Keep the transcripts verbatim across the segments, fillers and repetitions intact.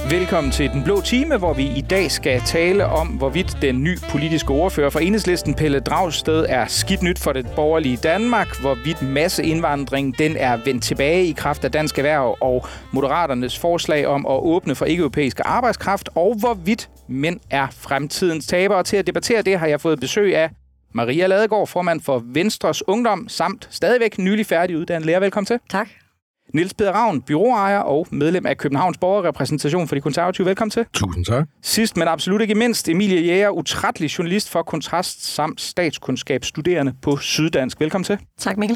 Velkommen til Den Blå Time, hvor vi i dag skal tale om, hvorvidt den nye politiske ordfører for Enhedslisten, Pelle Dragsted, er skidt nyt for det borgerlige Danmark, hvorvidt masseindvandring den er vendt tilbage i kraft af Dansk Erhverv og Moderaternes forslag om at åbne for ikke-europæisk arbejdskraft, og hvorvidt mænd er fremtidens tabere. Til at debattere det har jeg fået besøg af Maria Ladegaard, formand for Venstres Ungdom, samt stadigvæk nylig færdiguddannet lærer. Velkommen til. Tak. Niels Peder Ravn, bureauejer og medlem af Københavns Borgerrepræsentation for de Konservative. Velkommen til. Tusind tak. Sidst, men absolut ikke mindst, Emilie Jæger, utrættelig journalist for Kontrast samt statskundskabsstuderende på Syddansk. Velkommen til. Tak, Mikkel.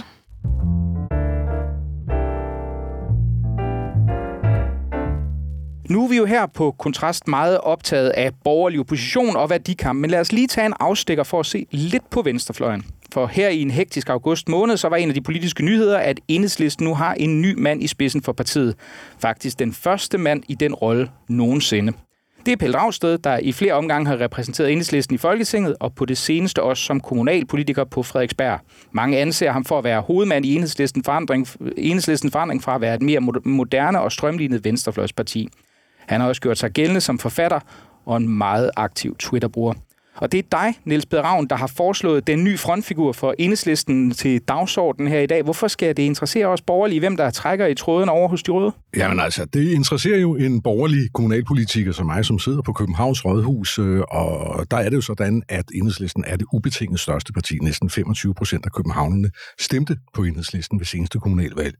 Nu er vi jo her på Kontrast meget optaget af borgerlig opposition og værdikamp, men lad os lige tage en afstikker for at se lidt på venstrefløjen. For her i en hektisk august måned, så var en af de politiske nyheder, at Enhedslisten nu har en ny mand i spidsen for partiet. Faktisk den første mand i den rolle nogensinde. Det er Pelle Dragsted, der i flere omgange har repræsenteret Enhedslisten i Folketinget, og på det seneste også som kommunalpolitiker på Frederiksberg. Mange anser ham for at være hovedmand i Enhedslisten forandring, Enhedslisten forandring fra at være et mere moderne og strømlignet venstrefløjsparti. Han har også gjort sig gældende som forfatter og en meget aktiv Twitter-bruger. Og det er dig, Niels Peder Ravn, der har foreslået den nye frontfigur for Enhedslisten til dagsordenen her i dag. Hvorfor skal det interessere os borgerlige, hvem der trækker i tråden over hos de røde? Jamen altså, det interesserer jo en borgerlig kommunalpolitiker som mig, som sidder på Københavns Rådhus, og der er det jo sådan, at Enhedslisten er det ubetinget største parti. Næsten femogtyve procent af københavnerne stemte på Enhedslisten ved seneste kommunalvalg.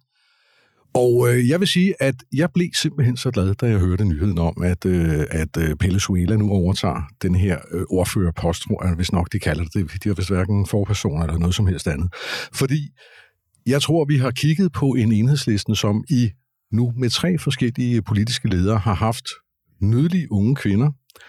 Og øh, jeg vil sige, at jeg blev simpelthen så glad, da jeg hørte nyheden om, at, øh, at øh, Pelle Suela nu overtager den her øh, ordførerpost, tror jeg, hvis nok de kalder det. De har vist hverken forpersoner eller noget som helst andet. Fordi jeg tror, vi har kigget på en Enhedslisten, som i nu med tre forskellige politiske ledere har haft nydelige unge kvinder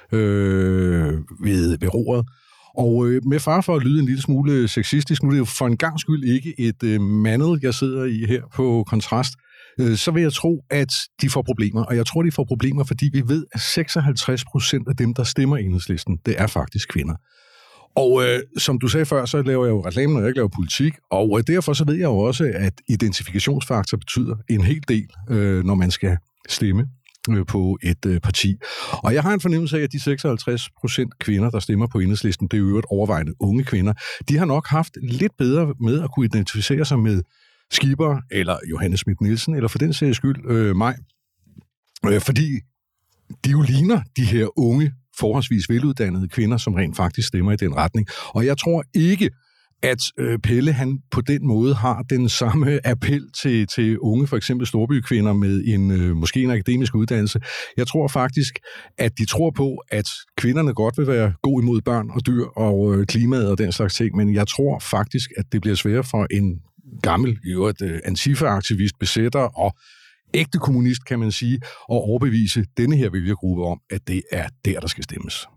øh, ved, ved roret. Og øh, med far for at lyde en lille smule sexistisk, nu er det jo for en gang skyld ikke et øh, mandet, jeg sidder i her på Kontrast, øh, så vil jeg tro, at de får problemer. Og jeg tror, de får problemer, fordi vi ved, at seksoghalvtreds procent af dem, der stemmer Enhedslisten, det er faktisk kvinder. Og øh, som du sagde før, så laver jeg jo reklame, når jeg ikke laver politik, og øh, derfor så ved jeg jo også, at identifikationsfaktor betyder en hel del, øh, når man skal stemme på et øh, parti. Og jeg har en fornemmelse af, at de seksoghalvtreds procent kvinder, der stemmer på Enhedslisten, det er jo et overvejende unge kvinder, de har nok haft lidt bedre med at kunne identificere sig med Skipper, eller Johanne Schmidt-Nielsen, eller for den sags skyld øh, mig. Øh, fordi de jo ligner de her unge, forholdsvis veluddannede kvinder, som rent faktisk stemmer i den retning. Og jeg tror ikke, at øh, Pelle han på den måde har den samme appel til, til unge, for eksempel storbykvinder med en øh, måske en akademisk uddannelse. Jeg tror faktisk, at de tror på, at kvinderne godt vil være god imod børn og dyr og øh, klimaet og den slags ting, men jeg tror faktisk, at det bliver sværere for en gammel, i øvrigt øh, Antifa-aktivist, besætter og ægte kommunist, kan man sige, at overbevise denne her vælgergruppe om, at det er der, der skal stemmes.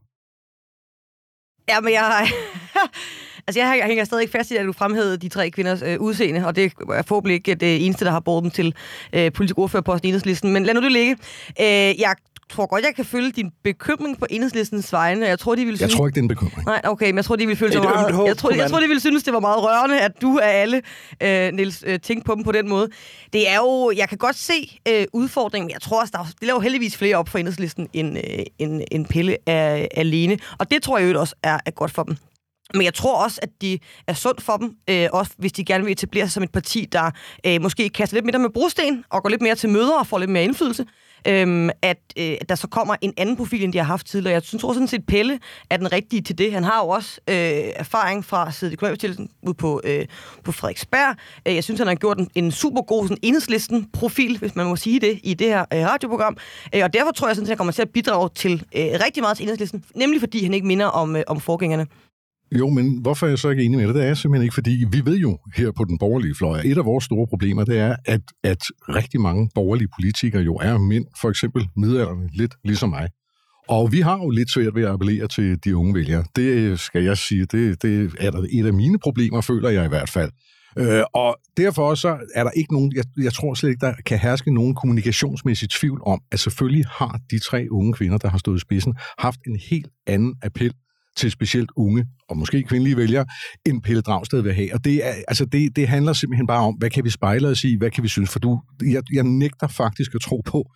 Ja, men jeg... Altså, jeg hænger stadig ikke fast i, at du fremhævede de tre kvinders øh, udseende, og det er forhåbentlig ikke det eneste, der har båret dem til øh, politisk ordførerposten i Enhedslisten. Men lad nu det ligge. Øh, jeg tror godt, jeg kan følge din bekymring på Enhedslistens vegne. Jeg tror, de vil synes... Jeg tror ikke, det er en bekymring. Nej, okay, men jeg tror, de vil føle sig meget... Jeg tror, jeg tror, de vil synes, det var meget rørende, at du af alle, øh, Niels, øh, tænkte på dem på den måde. Det er jo... Jeg kan godt se øh, udfordringen, men jeg tror også, der det laver heldigvis flere op for Enhedslisten, end, øh, end, end Pelle er alene. Og det tror jeg jo også er, er godt for dem. Men jeg tror også, at de er sundt for dem, øh, også hvis de gerne vil etablere sig som et parti, der øh, måske kaster lidt mere med brosten og går lidt mere til møder og får lidt mere indflydelse. Øhm, at, øh, at der så kommer en anden profil, end de har haft tidligere. Jeg synes, tror sådan set, Pelle er den rigtige til det. Han har jo også øh, erfaring fra at sidde i kommunalbestyrelsen ude på, øh, på Frederiksberg. Jeg synes, han har gjort en, en super god Enhedslisten-profil, hvis man må sige det, i det her øh, radioprogram. Øh, og derfor tror jeg, sådan, at han kommer til at bidrage til øh, rigtig meget til Enhedslisten, nemlig fordi han ikke minder om, øh, om forgængerne. Jo, men hvorfor er jeg så ikke enig med det? Det er jeg simpelthen ikke, fordi vi ved jo her på den borgerlige fløj, et af vores store problemer, det er, at, at rigtig mange borgerlige politikere jo er mænd, for eksempel middelalderne, lidt ligesom mig. Og vi har jo lidt svært ved at appellere til de unge vælgere. Det skal jeg sige, det, det er der et af mine problemer, føler jeg i hvert fald. Øh, og derfor så er der ikke nogen, jeg, jeg tror slet ikke, der kan herske nogen kommunikationsmæssig tvivl om, at selvfølgelig har de tre unge kvinder, der har stået i spidsen, haft en helt anden appel til specielt unge, og måske kvindelige vælgere, end Pelle Dragsted vil have. Og det, er, altså det, det handler simpelthen bare om, hvad kan vi spejle os i, hvad kan vi synes? For du, jeg, jeg nægter faktisk at tro på,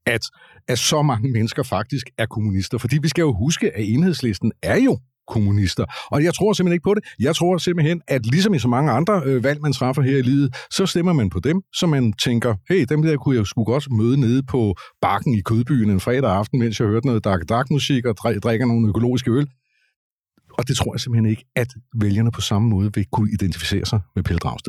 at, at så mange mennesker faktisk er kommunister. Fordi vi skal jo huske, at Enhedslisten er jo kommunister. Og jeg tror simpelthen ikke på det. Jeg tror simpelthen, at ligesom i så mange andre øh, valg, man træffer her i livet, så stemmer man på dem, så man tænker, hey, dem der kunne jeg sgu godt møde nede på Bakken i Kødbyen en fredag aften, mens jeg hørte noget dark-dark-musik og drikker nogle økologiske øl. Og det tror jeg simpelthen ikke, at vælgerne på samme måde vil kunne identificere sig med Pelle Dragsted.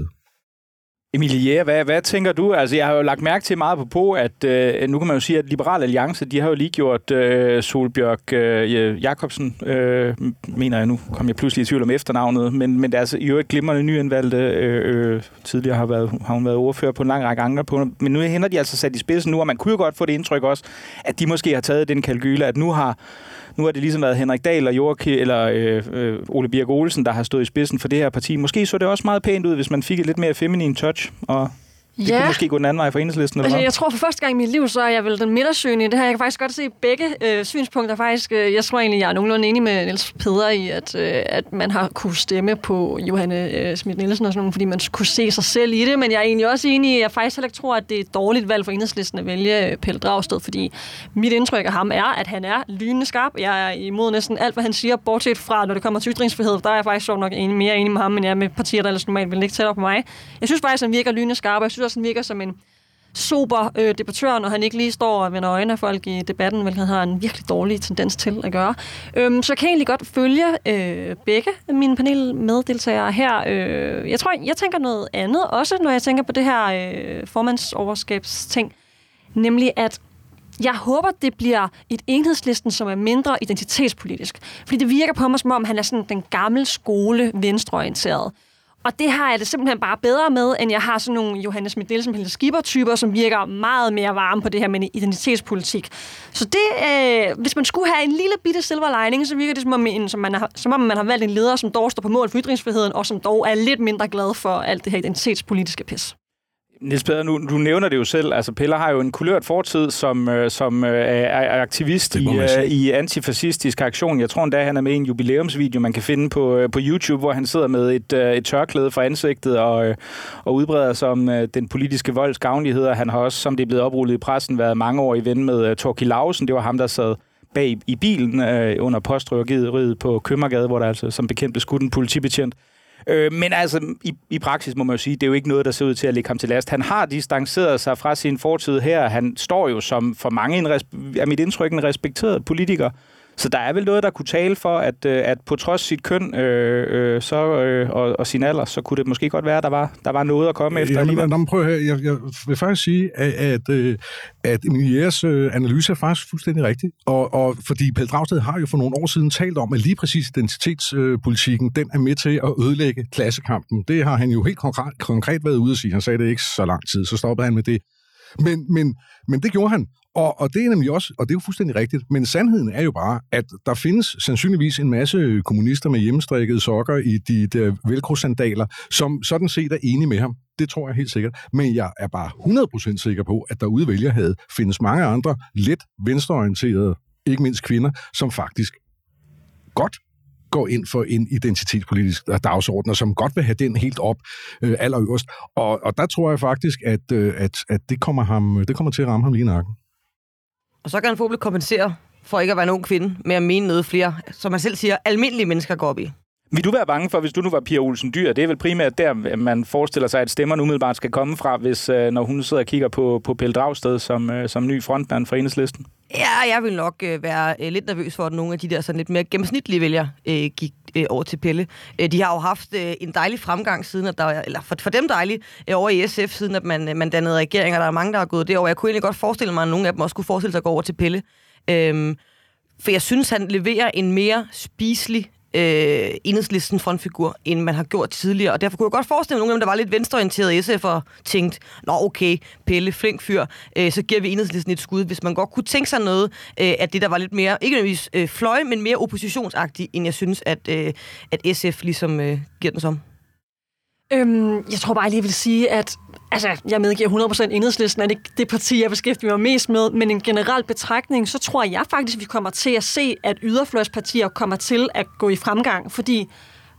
Emilie, hvad, hvad tænker du? Altså, jeg har jo lagt mærke til meget på på, at øh, nu kan man jo sige, at Liberal Alliance, de har jo lige gjort øh, Sólbjørg øh, Jacobsen, øh, mener jeg nu, kom jeg pludselig i tvivl om efternavnet, men, men det er altså jo et glimrende nyindvalgte. Øh, øh, tidligere har, været, har hun været ordfører på en lang række andre på, men nu hænder de altså sat i spidsen nu, og man kunne jo godt få det indtryk også, at de måske har taget den kalkyle, at nu har Nu har det ligesom været Henrik Dahl og Joachim, eller øh, øh, Ole Birk Olesen, der har stået i spidsen for det her parti. Måske så det også meget pænt ud, hvis man fik et lidt mere feminin touch, og det ja. kunne måske gå den anden vej for Enhedslisten. Altså, jeg tror for første gang i mit liv, så er jeg vel den midtersøgende i det her. Jeg kan faktisk godt se begge øh, synspunkter. Faktisk, øh, jeg tror egentlig, jeg er nogenlunde enig med Niels Peder i, at, øh, at man har kunne stemme på Johanne øh, Schmidt-Nielsen og sådan noget, fordi man kunne se sig selv i det. Men jeg er egentlig også enig i, at jeg faktisk heller ikke tror, at det er et dårligt valg for Enhedslisten at vælge Pelle Dragsted, fordi mit indtryk af ham er, at han er lynende skarp. Jeg er imod næsten alt, hvad han siger, bortset fra, når det kommer til ytringsfrihed. Der er jeg faktisk så nok enig, mere enig med ham, end jeg er med partier, der ellers normalt vil ikke tættere på mig. Jeg synes faktisk, at han virker lynende skarp, og jeg synes også, han virker som en sober øh, debattør, når han ikke lige står og vender øjne af folk i debatten, hvilket han har en virkelig dårlig tendens til at gøre. Øhm, så jeg kan egentlig godt følge øh, begge mine panelmeddeltagere her. Øh, jeg tror, jeg tænker noget andet også, når jeg tænker på det her øh, formandsoverskabsting, nemlig at jeg håber, det bliver et Enhedslisten, som er mindre identitetspolitisk. Fordi det virker på mig, som om han er sådan den gamle skole venstreorienteret. Og det har jeg det simpelthen bare bedre med, end jeg har sådan nogle Johanne Schmidt-Nielsen, Pelle Skipper-typer, som virker meget mere varme på det her med identitetspolitik. Så det, øh, hvis man skulle have en lille bitte silver lining, så virker det som om, en, som, man har, som om man har valgt en leder, som dog står på mål for ytringsfriheden, og som dog er lidt mindre glad for alt det her identitetspolitiske pis. Niels Peder, nu, du nævner det jo selv. Altså, Pelle har jo en kulørt fortid som, øh, som øh, er aktivist i, øh, i antifascistisk aktion. Jeg tror endda, han er med i en jubilæumsvideo, man kan finde på, øh, på YouTube, hvor han sidder med et, øh, et tørklæde for ansigtet og, øh, og udbreder sig om øh, den politiske volds gavnligheder. Han har også, som det er blevet oprullet i pressen, været mange år i ven med øh, Thorkild Lausen. Det var ham, der sad bag i bilen øh, under postrøveriet på Købmagergade, hvor der altså som bekendt blev skudt en politibetjent. Øh, men altså, i, i praksis må man jo sige, det er jo ikke noget, der ser ud til at lægge ham til last. Han har distanceret sig fra sin fortid her. Han står jo som for mange, en res- af mit indtryk, en respekteret politiker. Så der er vel noget, der kunne tale for, at, at på trods sit køn øh, øh, så, øh, og, og sin alder, så kunne det måske godt være, at der var, der var noget at komme efter. Jamen, jamen, prøv her. Jeg, jeg vil faktisk sige, at, at, at Emiliers analyse er faktisk fuldstændig rigtig. Og, og fordi Pelle Dragsted har jo for nogle år siden talt om, at lige præcis identitetspolitikken, den er med til at ødelægge klassekampen. Det har han jo helt konkret, konkret været ude at sige. Han sagde det ikke så lang tid, så stoppede han med det. Men, men, men det gjorde han. Og, og det er nemlig også, og det er jo fuldstændig rigtigt, men sandheden er jo bare, at der findes sandsynligvis en masse kommunister med hjemmestrikkede sokker i de der velcro-sandaler, som sådan set er enige med ham. Det tror jeg helt sikkert. Men jeg er bare hundrede procent sikker på, at derude i vælgerhavet findes mange andre lidt venstreorienterede, ikke mindst kvinder, som faktisk godt går ind for en identitetspolitisk dagsorden, og som godt vil have den helt op øh, allerøverst. Og, og der tror jeg faktisk, at, øh, at, at det, kommer ham, det kommer til at ramme ham lige i nakken. Og så kan han forhåbentlig kompensere for ikke at være en ung kvinde med at mene noget flere, som man selv siger, almindelige mennesker går op i. Vil du være bange for, hvis du nu var Pia Olsen Dyhr? Det er vel primært der, man forestiller sig, at stemmerne umiddelbart skal komme fra, hvis, når hun sidder og kigger på, på Pelle Dragsted som, som ny frontmand for Enhedslisten? Ja, jeg vil nok øh, være øh, lidt nervøs for, at nogle af de der sådan lidt mere gennemsnitlige vælgere øh, gik øh, over til Pelle. Øh, de har jo haft øh, en dejlig fremgang siden, at der, eller for, for dem dejlig, øh, over i S F, siden at man, man dannede regeringer. Der er mange, der har gået derover. Jeg kunne egentlig godt forestille mig, at nogle af dem også kunne forestille sig at gå over til Pelle. Øh, for jeg synes, han leverer en mere spiselig øh, Enhedslisten frontfigur, end man har gjort tidligere. Og derfor kunne jeg godt forestille mig, at nogle af dem, der var lidt venstreorienterede S F'er, tænkte, nå okay, Pelle, flink fyr, øh, så giver vi Enhedslisten et skud. Hvis man godt kunne tænke sig noget øh, af det, der var lidt mere, ikke nødvendigvis øh, fløj, men mere oppositionsagtigt, end jeg synes, at, øh, at S F ligesom øh, giver den som. Øhm, jeg tror bare, jeg lige vil sige, at altså, jeg medgiver hundrede procent Enhedslisten er det, det parti, jeg beskæftiger mig mest med, men en generel betragtning, så tror jeg faktisk, at vi kommer til at se, at yderfløjspartier kommer til at gå i fremgang, fordi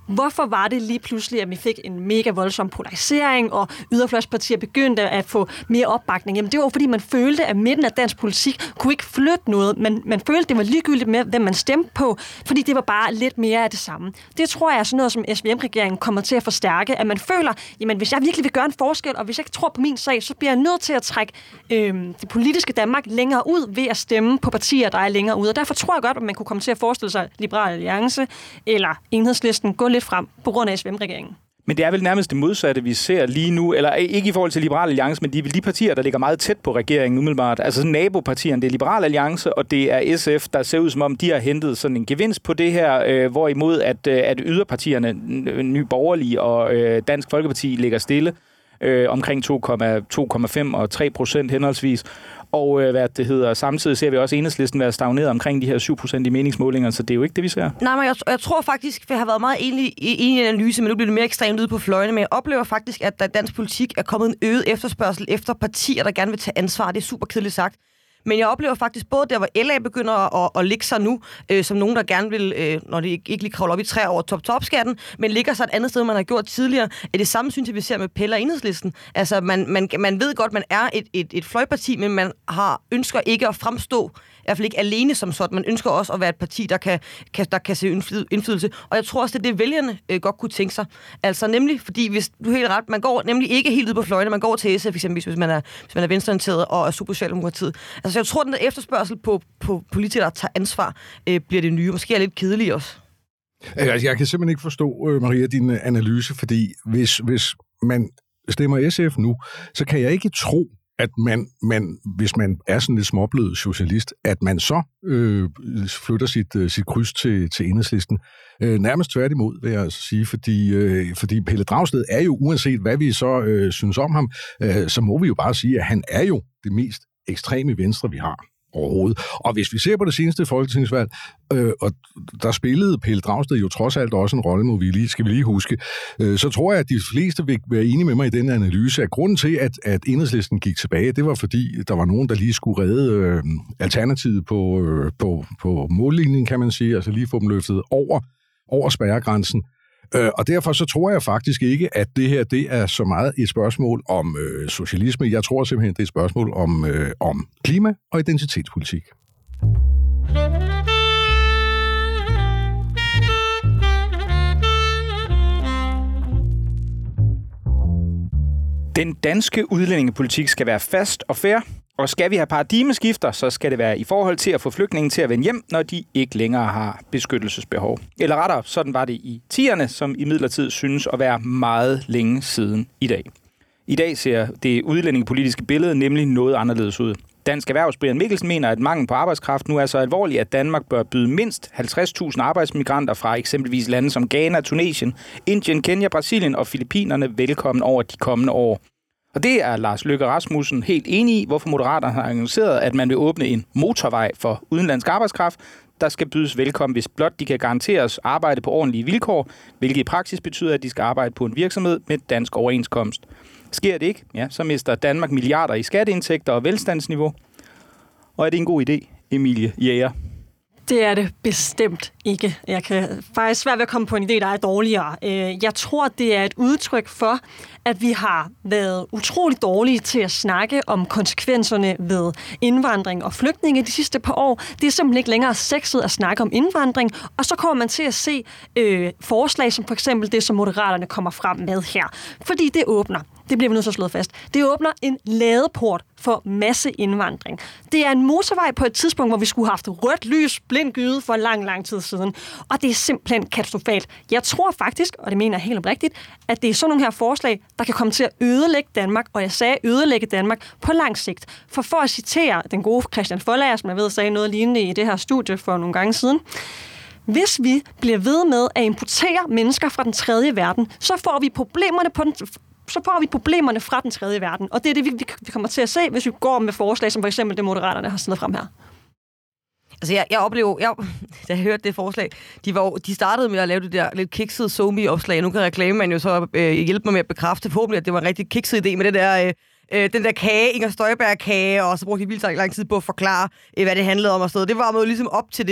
Hvorfor var det lige pludselig, at vi fik en mega voldsom polarisering, og yderfløjspartier begyndte at få mere opbakning? Jamen det var fordi, man følte, at midten af dansk politik kunne ikke flytte noget. Man, man følte, det var ligegyldigt med, hvem man stemte på, fordi det var bare lidt mere af det samme. Det tror jeg er sådan noget, som S V M-regeringen kommer til at forstærke, at man føler, jamen hvis jeg virkelig vil gøre en forskel, og hvis jeg ikke tror på min sag, så bliver jeg nødt til at trække øh, det politiske Danmark længere ud ved at stemme på partier, der er længere ude. Og derfor tror jeg godt, at man kunne komme til at forestille sig Liberal Alliance eller Enhedslisten gå lidt frem på grund af S V M-regeringen. Men det er vel nærmest det modsatte, vi ser lige nu, eller ikke i forhold til Liberal Alliance, men de er vel de partier, der ligger meget tæt på regeringen umiddelbart. Altså nabopartierne, det er Liberal Alliance, og det er S F, der ser ud som om, de har hentet sådan en gevinst på det her, øh, hvorimod at, øh, at yderpartierne, Nye Borgerlige og øh, Dansk Folkeparti ligger stille øh, omkring to komma fem og tre procent henholdsvis. Og øh, hvad det hedder, samtidig ser vi også Enhedslisten være stagneret omkring de her syv procent i meningsmålinger, så det er jo ikke det, vi ser. Nej, men jeg, jeg tror faktisk, at jeg har været meget enig i en analyse, men nu bliver det mere ekstremt ude på fløjene, men jeg oplever faktisk, at der i dansk politik er kommet en øget efterspørgsel efter partier, der gerne vil tage ansvar. Det er super kedeligt sagt. Men jeg oplever faktisk både der, hvor L A begynder at, at ligge sig nu, øh, som nogen, der gerne vil, øh, når de ikke lige kravler op i træer over top-top-skatten, men ligger sig et andet sted, man har gjort tidligere. Er det samme, synes jeg, vi ser med Pelle og Enhedslisten. Altså, man, man, man ved godt, man er et, et, et fløjparti, men man har ønsker ikke at fremstå, i hvert fald ikke alene som sådan. Man ønsker også at være et parti, der kan, kan, der kan se indflydelse. Og jeg tror også, det er det, vælgerne øh, godt kunne tænke sig. Altså nemlig, fordi hvis du er helt ret, man går nemlig ikke helt ud på fløjene, man går til S F eksempelvis, hvis man er, hvis man er venstreorienteret og er super Socialdemokratiet. Altså jeg tror, den der efterspørgsel på, på politikere, der tager ansvar, øh, bliver det nye. Måske er lidt kedeligt også. Altså, jeg kan simpelthen ikke forstå, Maria, din analyse, fordi hvis, hvis man stemmer S F nu, så kan jeg ikke tro, at man, man, hvis man er sådan lidt småblød socialist, at man så øh, flytter sit, øh, sit kryds til, til Enhedslisten. Øh, nærmest tværtimod, vil jeg altså sige, fordi, øh, fordi Pelle Dragsted er jo, uanset hvad vi så øh, synes om ham, øh, så må vi jo bare sige, at han er jo det mest ekstreme venstre, vi har overhovedet. Og hvis vi ser på det seneste folketingsvalg, øh, og der spillede Pelle Dragsted jo trods alt også en rolle, må vi lige, skal vi lige huske, øh, så tror jeg, at de fleste vil være enige med mig i den analyse, at grunden til, at, at Enhedslisten gik tilbage, det var fordi, der var nogen, der lige skulle redde øh, alternativet på, øh, på, på mållinjen, kan man sige, altså lige få dem løftet over, over spærregrænsen. Øh, og derfor så tror jeg faktisk ikke, at det her det er så meget et spørgsmål om øh, socialisme. Jeg tror simpelthen, det er et spørgsmål om, øh, om klima og identitetspolitik. Den danske udlændingepolitik skal være fast og fair, og skal vi have paradigmeskifter, så skal det være i forhold til at få flygtninge til at vende hjem, når de ikke længere har beskyttelsesbehov. Eller rettere, sådan var det i tierne, som imidlertid synes at være meget længe siden i dag. I dag ser det udlændingepolitiske billede nemlig noget anderledes ud. Dansk Erhvervs Brian Mikkelsen mener, at mangel på arbejdskraft nu er så alvorlig, at Danmark bør byde mindst halvtreds tusind arbejdsmigranter fra eksempelvis lande som Ghana, Tunesien, Indien, Kenya, Brasilien og Filippinerne velkommen over de kommende år. Og det er Lars Løkke Rasmussen helt enig i, hvorfor Moderaterne har annonceret, at man vil åbne en motorvej for udenlandsk arbejdskraft, der skal bydes velkommen, hvis blot de kan garanteres arbejde på ordentlige vilkår, hvilket i praksis betyder, at de skal arbejde på en virksomhed med dansk overenskomst. Sker det ikke, ja, så mister Danmark milliarder i skatteindtægter og velstandsniveau. Og er det en god idé, Emilie Jæger? Det er det bestemt ikke. Jeg kan faktisk svært ved at komme på en idé, der er dårligere. Jeg tror, det er et udtryk for, at vi har været utrolig dårlige til at snakke om konsekvenserne ved indvandring og flygtninge de sidste par år. Det er simpelthen ikke længere sexet at snakke om indvandring, og så kommer man til at se øh, forslag som for eksempel det, som Moderaterne kommer frem med her. Fordi det åbner. Det bliver vi nødt til at slå fast. Det åbner en ladeport for masse indvandring. Det er en motorvej på et tidspunkt, hvor vi skulle have haft rødt lys, blind gyde for lang, lang tid siden. Og det er simpelthen katastrofalt. Jeg tror faktisk, og det mener jeg helt oprigtigt, at det er sådan nogle her forslag, der kan komme til at ødelægge Danmark, og jeg sagde ødelægge Danmark på lang sigt. For for at citere den gode Christian Foldager, som jeg ved sagde noget lignende i det her studie for nogle gange siden, hvis vi bliver ved med at importere mennesker fra den tredje verden, så får vi problemerne på den så får vi problemerne fra den tredje verden. Og det er det, vi, vi kommer til at se, hvis vi går med forslag, som for eksempel det Moderaterne har sendt frem her. Altså, jeg, jeg oplever, jeg, da jeg hørte det forslag, de, var, de startede med at lave det der lidt kiksede zombie-opslag. Nu kan reklamemanden jo så øh, hjælpe mig med at bekræfte forhåbentlig, at det var en rigtig kikset idé med det der, øh, den der kage, Inger Støjberg-kage, og så brugte de vildt lang tid på at forklare, øh, hvad det handlede om og sådan noget. Det var jo ligesom op til det her.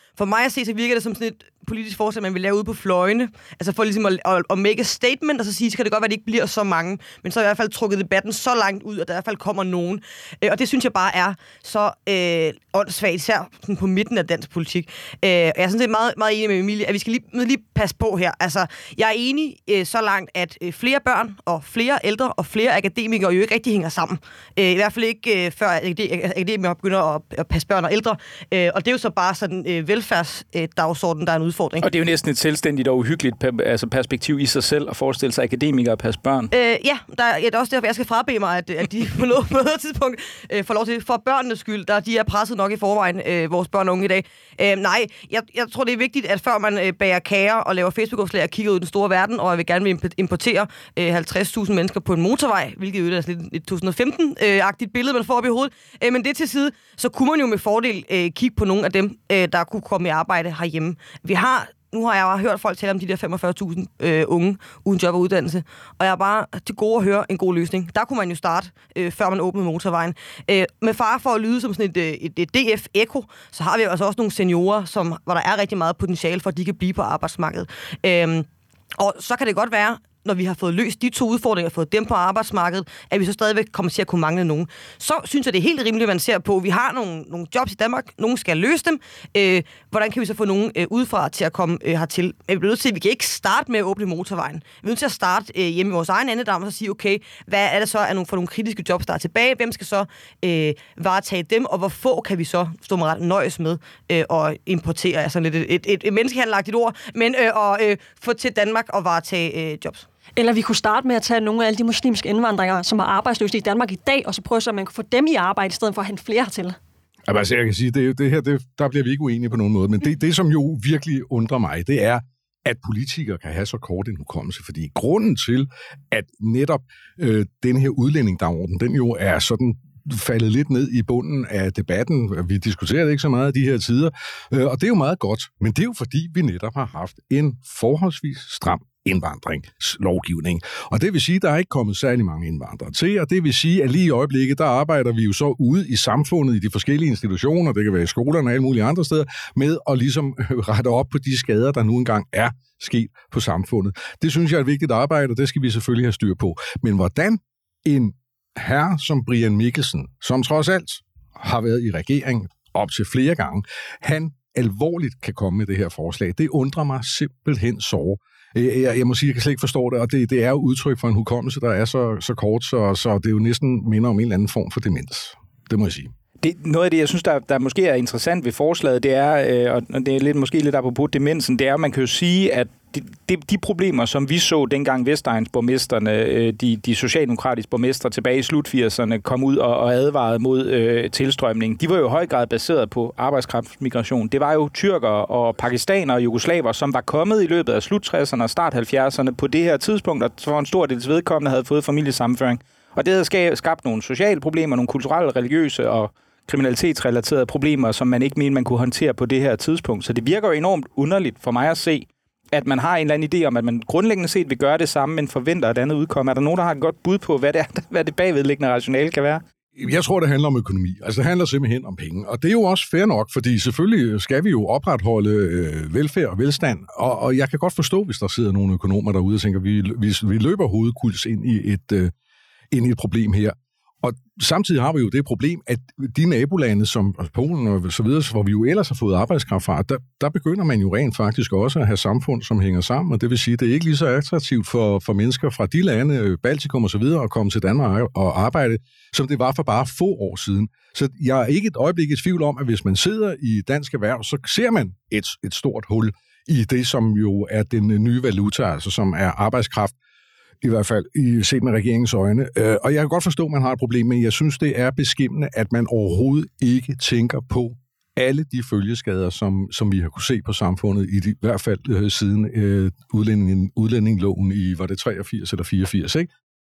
for mig at se, så virker det som sådan et politisk forslag, man vil lave ude på fløjene. Altså for ligesom at, at, at make a statement, og så sige, så kan det godt være, at det ikke bliver så mange, men så i hvert fald trukket debatten så langt ud, at der i hvert fald kommer nogen. Øh, og det synes jeg bare er så øh, åndssvagt, især sådan på midten af dansk politik. Øh, jeg er sådan set meget, meget enig med Emilie, at vi skal lige, lige passe på her. Altså, jeg er enig øh, så langt, at øh, flere børn og flere ældre og flere akademikere jo ikke rigtig hænger sammen. Øh, I hvert fald ikke øh, før akademikere begynder at, at passe børn og ældre. Øh, og det er jo så bare sådan øh, velfærdsdagsorden, øh, der er en udfordring. Og det er jo næsten et selvstændigt og uhyggeligt altså perspektiv i sig selv at forestille sig akademikere at passe børn. Øh, ja, der, ja, det er også derfor, jeg skal frabe mig, at, at de på noget, på noget tidspunkt øh, får lov til, for børnenes skyld, der de er presset nok i forvejen, øh, vores børn og unge i dag. Øh, nej, jeg, jeg tror, det er vigtigt, at før man øh, bager kager og laver Facebook-opslag og kigger ud i den store verden, og jeg vil gerne vil importere øh, halvtreds tusind mennesker på en motorvej, hvilket jo er sådan et to tusind og femten-agtigt billede, man får op i hovedet. Øh, men det til side, så kunne man jo med fordel øh, kigge på nogle af dem, øh, der kunne komme i arbejde herhjemme. Vi har Nu har jeg hørt folk tale om de der femogfyrre tusind øh, unge uden job og uddannelse, og jeg er bare til gode at høre en god løsning. Der kunne man jo starte, øh, før man åbnede motorvejen. Øh, med fare for at lyde som sådan et, et, et D F-eko, så har vi altså også nogle seniorer, som, hvor der er rigtig meget potentiale for, at de kan blive på arbejdsmarkedet. Øh, og så kan det godt være, når vi har fået løst de to udfordringer, fået dem på arbejdsmarkedet, at vi så stadigvæk kommer til at kunne mangle nogen. Så synes jeg, det er helt rimeligt, at man ser på, at vi har nogle, nogle jobs i Danmark, nogen skal løse dem. Øh, hvordan kan vi så få nogen øh, udefra til at komme øh, hertil? Vi bliver nødt til, at vi kan ikke starte med at åbne motorvejen. Vi er nødt til at starte øh, hjemme i vores egen andedam og så sige, okay, hvad er det så er nogle, for nogle kritiske jobs, der er tilbage? Hvem skal så øh, varetage dem, og hvor få kan vi så stå med ret nøjes med øh, og importere? Altså lidt et, et, et, et menneskehandlagtigt ord, men øh, og øh, få til Danmark og varetage øh, jobs. Eller vi kunne starte med at tage nogle af alle de muslimske indvandrere, som er arbejdsløse i Danmark i dag, og så prøve så, at man kunne få dem i arbejde, i stedet for at hente flere hertil. Altså, jeg kan sige, det, det her, det, der bliver vi ikke uenige på nogen måde, men det, det, som jo virkelig undrer mig, det er, at politikere kan have så kort en hukommelse, fordi grunden til, at netop øh, den her udlændingdagsorden, den jo er sådan faldet lidt ned i bunden af debatten. Vi diskuterer ikke så meget af de her tider, øh, og det er jo meget godt, men det er jo fordi, vi netop har haft en forholdsvis stram indvandringslovgivning. Og det vil sige, at der er ikke kommet særlig mange indvandrere til, og det vil sige, at lige i øjeblikket, der arbejder vi jo så ude i samfundet, i de forskellige institutioner, det kan være i skolerne og alle mulige andre steder, med at ligesom rette op på de skader, der nu engang er sket på samfundet. Det synes jeg er et vigtigt arbejde, og det skal vi selvfølgelig have styr på. Men hvordan en herre som Brian Mikkelsen, som trods alt har været i regering op til flere gange, han alvorligt kan komme med det her forslag, det undrer mig simpelthen såre. Jeg, jeg må sige, jeg kan slet ikke forstå det, og det, det er jo udtryk for en hukommelse, der er så, så kort, så, så det er jo næsten minder om en eller anden form for demens. Det må jeg sige. Det, noget af det, jeg synes, der, der måske er interessant ved forslaget, det er, øh, og det er lidt, måske lidt apropos demensen, det er, at man kan jo sige, at de, de, de problemer, som vi så dengang Vestegnsborgmesterne, øh, de, de socialdemokratiske borgmestre tilbage i slut firserne, kom ud og, og advarede mod øh, tilstrømning, de var jo i høj grad baseret på arbejdskraftmigration. Det var jo tyrkere og pakistanere og jugoslaver, som var kommet i løbet af slut tresserne og start halvfjerdserne på det her tidspunkt, og for en stor dels vedkommende havde fået familiesammenføring. Og det havde skabt nogle sociale problemer, nogle kulturelle, religiøse og kriminalitetsrelaterede problemer, som man ikke mente, man kunne håndtere på det her tidspunkt. Så det virker jo enormt underligt for mig at se, at man har en eller anden idé om, at man grundlæggende set vil gøre det samme, men forventer et andet udkomme. Er der nogen, der har et godt bud på, hvad det, er, hvad det bagvedliggende rationale kan være? Jeg tror, det handler om økonomi. Altså, det handler simpelthen om penge. Og det er jo også fair nok, fordi selvfølgelig skal vi jo opretholde øh, velfærd og velstand. Og, og jeg kan godt forstå, hvis der sidder nogle økonomer derude og tænker, vi, vi, vi løber hovedkuls ind i et, øh, ind i et problem her. Og samtidig har vi jo det problem, at de nabolande, som Polen og så videre, hvor vi jo ellers har fået arbejdskraft fra, der, der begynder man jo rent faktisk også at have samfund, som hænger sammen, og det vil sige, at det er ikke lige så attraktivt for, for mennesker fra de lande, Baltikum og så videre, at komme til Danmark og arbejde, som det var for bare få år siden. Så jeg er ikke et øjeblik i tvivl om, at hvis man sidder i dansk erhverv, så ser man et, et stort hul i det, som jo er den nye valuta, altså som er arbejdskraft, i hvert fald i set med regeringens øjne. Og jeg kan godt forstå, at man har et problem, men jeg synes, det er beskæmmende, at man overhovedet ikke tænker på alle de følgeskader, som, som vi har kunne se på samfundet, i, de, i hvert fald øh, siden øh, udlænding, udlændingloven i, var det treogfirs eller fireogfirs, ikke?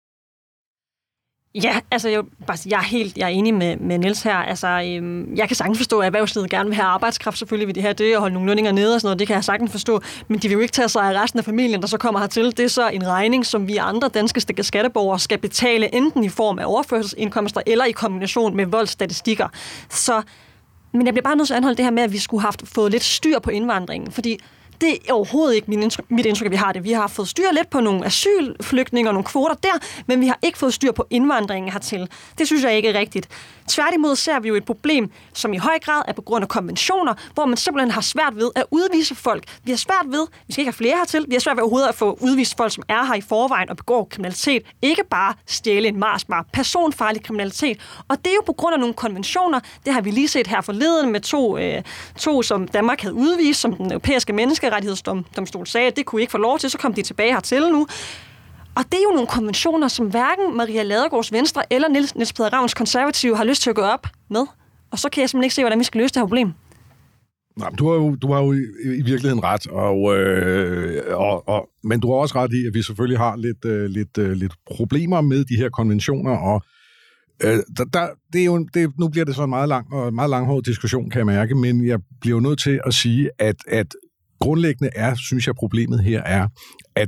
Ja, altså jeg, jeg er helt jeg er enig med, med Niels her. Altså, øhm, jeg kan sagtens forstå, at erhvervslivet gerne vil have arbejdskraft, selvfølgelig vil de have det, og holde nogle lønninger nede og sådan noget, det kan jeg sagtens forstå, men de vil jo ikke tage sig af resten af familien, der så kommer hertil. Det er så en regning, som vi andre danske skatteborgere skal betale, enten i form af overførselsindkomster, eller i kombination med voldsstatistikker. Så Men jeg bliver bare nødt til at anholde det her med, at vi skulle have haft fået lidt styr på indvandringen, fordi det er overhovedet ikke mit indtryk, mit indtryk, at vi har det. Vi har fået styr lidt på nogle asylflygtninge og nogle kvoter der, men vi har ikke fået styr på indvandringen hertil. Det synes jeg ikke er rigtigt. Tværtimod ser vi jo et problem, som i høj grad er på grund af konventioner, hvor man simpelthen har svært ved at udvise folk. Vi har svært ved, vi skal ikke have flere hertil, vi har svært ved overhovedet at få udvist folk, som er her i forvejen og begår kriminalitet. Ikke bare stjæle en Mars, bare personfarlig kriminalitet. Og det er jo på grund af nogle konventioner. Det har vi lige set her forleden med to, øh, to som Danmark havde udvist, som den europæiske menneskerettighedsdomstol sagde, at det kunne ikke få lov til, så kom de tilbage hertil nu. Og det er jo nogle konventioner, som hverken Maria Ladegaards Venstre eller Niels, Niels Peder Ravns Konservative har lyst til at gå op med. Og så kan jeg simpelthen ikke se, hvordan vi skal løse det her problem. Nej, du har jo, du har jo i, i virkeligheden ret, og, øh, og, og, men du har også ret i, at vi selvfølgelig har lidt, øh, lidt, øh, lidt problemer med de her konventioner, og øh, der, der, det er jo, det, nu bliver det så en meget lang og meget langhåret diskussion, kan jeg mærke, men jeg bliver jo nødt til at sige, at, at grundlæggende er, synes jeg, problemet her er, at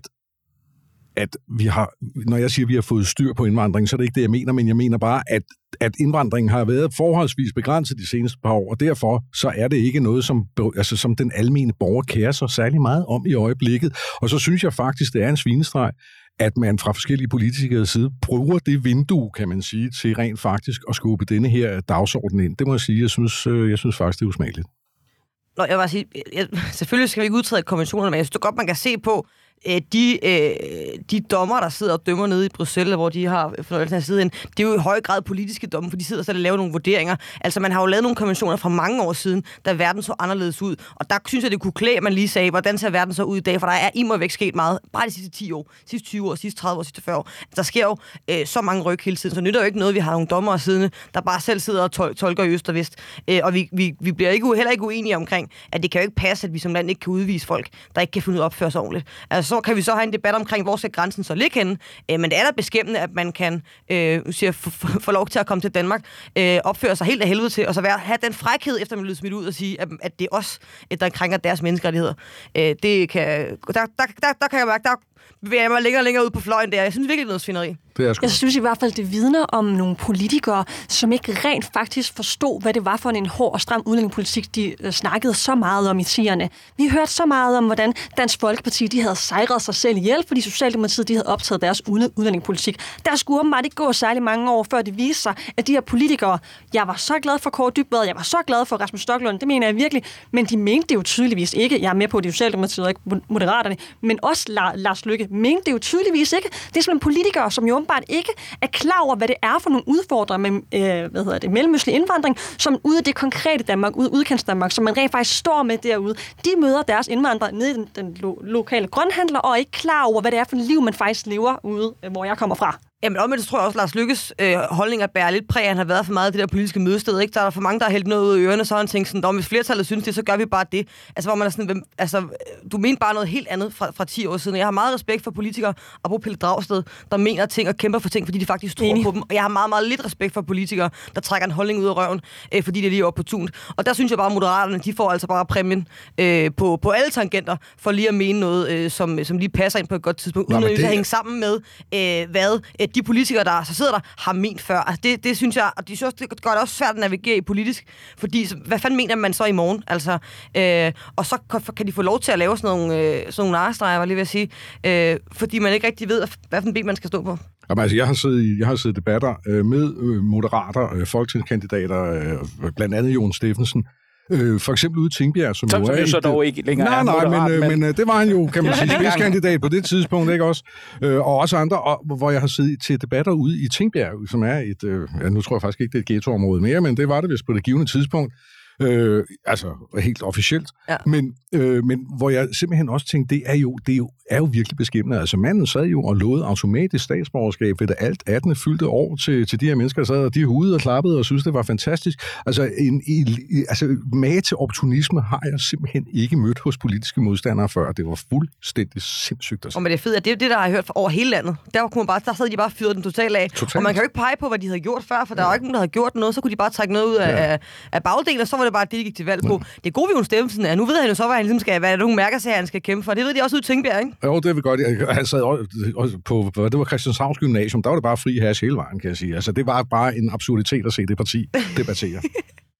at vi har, når jeg siger, at vi har fået styr på indvandringen, så er det ikke det, jeg mener, men jeg mener bare, at, at indvandringen har været forholdsvis begrænset de seneste par år, og derfor så er det ikke noget, som, altså, som den almene borger kærer sig særlig meget om i øjeblikket. Og så synes jeg faktisk, det er en svinestreg, at man fra forskellige politikere side bruger det vindue, kan man sige, til rent faktisk at skubbe denne her dagsorden ind. Det må jeg sige, jeg synes, jeg synes faktisk, det er usmageligt. Nå, jeg vil sige, jeg, selvfølgelig skal vi ikke udtræde konventionerne, men jeg synes det godt, man kan se på, De, øh, de dommer, der sidder og dømmer nede i Bruxelles, hvor de har fornøjelsen af at sidde ind, det er jo i høj grad politiske domme, for de sidder og laver nogle vurderinger. Altså, man har jo lavet nogle konventioner fra mange år siden, da verden så anderledes ud. Og der synes jeg, det kunne klæde, at man lige sagde, hvordan ser verden så ud i dag, for der er immer væk sket meget. Bare de sidste ti år, sidste tyve år, sidste tredive år, sidste fyrre år. Der sker jo øh, så mange ryk hele tiden, så nytter jo ikke noget, vi har nogle dommere siddende, der bare selv sidder og tol- tolker i øst og vest. Øh, og vi, vi, vi bliver ikke, heller ikke uenige omkring, at det kan jo ikke passe, at vi som land ikke kan udvise folk, der ikke kan finde ud af at opføre sig ordentligt. Altså, så kan vi så have en debat omkring, hvor skal grænsen så ligge henne. Øh, men det er da beskæmmende, at man kan øh, siger, få lov til at komme til Danmark, øh, opføre sig helt af helvede til, og så være, have den frækhed, efter man bliver smidt ud og sige, at, at det er os, der krænker deres menneskerettigheder. Øh, det kan, der, der, der, der kan jeg mærke, der bevæger jeg mig længere og længere ud på fløjen der. Jeg synes virkelig, det er noget svineri. Jeg synes i hvert fald, det vidner om nogle politikere, som ikke rent faktisk forstod, hvad det var for en hård og stram udlændingepolitik, de øh, snakkede så meget om i tierne. Vi hørte så meget om, hvordan Dansk Folkeparti de havde sejret sig selv ihjel, fordi Socialdemokratiet de havde optaget deres udlændingepolitik. Der skulle åbenbart ikke gå særlig mange år, før det viste sig, at de her politikere, jeg var så glad for Kåre Dybvad, jeg var så glad for Rasmus Stoklund, det mener jeg virkelig, men de mente det jo tydeligvis ikke. Jeg er med på, at det er Socialdemokratiet og ikke Moderaterne, men også Lars Løkke mente det jo tydeligvis ikke. Det er simpelthen politikere, som jo åbenbart ikke er klar over, hvad det er for nogle udfordringer med øh, hvad hedder det, mellemøstlig indvandring, som ude af det konkrete Danmark, ude af udkants Danmark, som man rent faktisk står med derude. De møder deres indvandrere nede i den, den lo- lokale grønhandler, og er ikke klar over, hvad det er for et liv, man faktisk lever ude, hvor jeg kommer fra. Jamen omvendt, så tror jeg også, at Lars Løkkes øh, holdninger bærer lidt præg. Han har været for meget af det der politiske mødested, ikke? Der er der for mange, der har hældt noget ud af ørerne, så har han tænkt sådan, hvis flertallet synes det, så gør vi bare det. Altså, hvor man er sådan, altså, du mener bare noget helt andet fra, fra ti år siden. Jeg har meget respekt for politikere, og på Pelle Dragsted, der mener ting og kæmper for ting, fordi de faktisk tror Enig. på dem. Og jeg har meget, meget lidt respekt for politikere, der trækker en holdning ud af røven, øh, fordi det er lige oppe på tunet. Og der synes jeg bare, at Moderaterne, de får altså bare præmien øh, på, på alle tangenter, for lige at mene noget, øh, som, som lige passer ind på et godt tidspunkt, uden at det... hænge sammen med, øh, hvad øh, de politikere, der så sidder der, har ment før. Altså det, det synes jeg, og de synes, det gør det også svært at navigere i politisk, fordi hvad fanden mener man så i morgen? Altså, øh, og så kan de få lov til at lave sådan nogle, øh, sådan nogle narestreger, var lige ved at sige, øh, fordi man ikke rigtig ved, hvad for en ben man skal stå på. Jamen, altså, jeg har siddet i, jeg har siddet debatter øh, med øh, moderater, øh, folketingskandidater, øh, blandt andet Jon Steffensen, Øh, for eksempel ude i Tingbjerg, som, som jo er... Som så et, dog ikke længere nej, er nej, moderat, men, men... men øh, det var han jo, kan man sige, spidskandidat på det tidspunkt, ikke også? Øh, og også andre, og, hvor jeg har siddet til debatter ude i Tingbjerg, som er et... Øh, ja, nu tror jeg faktisk ikke, det er et ghettoområde mere, men det var det vist på det givende tidspunkt. Øh, altså helt officielt, ja. men, øh, men hvor jeg simpelthen også tænkte, det er jo, det er jo, er jo virkelig beskæmmende. Altså manden sad jo og lovede automatisk statsborgerskab ved det alt attende fyldte år til, til de her mennesker, der sad, og de hudede og klappede og synes det var fantastisk. Altså, en, en, altså mage til opportunisme har jeg simpelthen ikke mødt hos politiske modstandere før. Det var fuldstændig sindssygt. Altså. Og men det er fedt, at det er det, der har jeg hørt over hele landet. Der, kunne man bare, der sad de bare fyret den totalt af. Totalt. Og man kan jo ikke pege på, hvad de havde gjort før, for der er jo ikke nogen, der havde gjort noget. Så kunne de bare trække noget ud af, ja. af, af bagdelen, og så var det bare det, de gik til valg på. Ja. Det er gode ved Jon Steffensen er. Nu ved han jo så, hvad han ligesom skal, hvad er nogle mærker, han skal kæmpe for. Det ved de også ud i Tingbjerg, ikke? Jo, det er vi godt. Han sad også på, det var Christianshavns Gymnasium. Der var det bare fri hash hele vejen, kan jeg sige. Altså, det var bare en absurditet at se det parti debattere.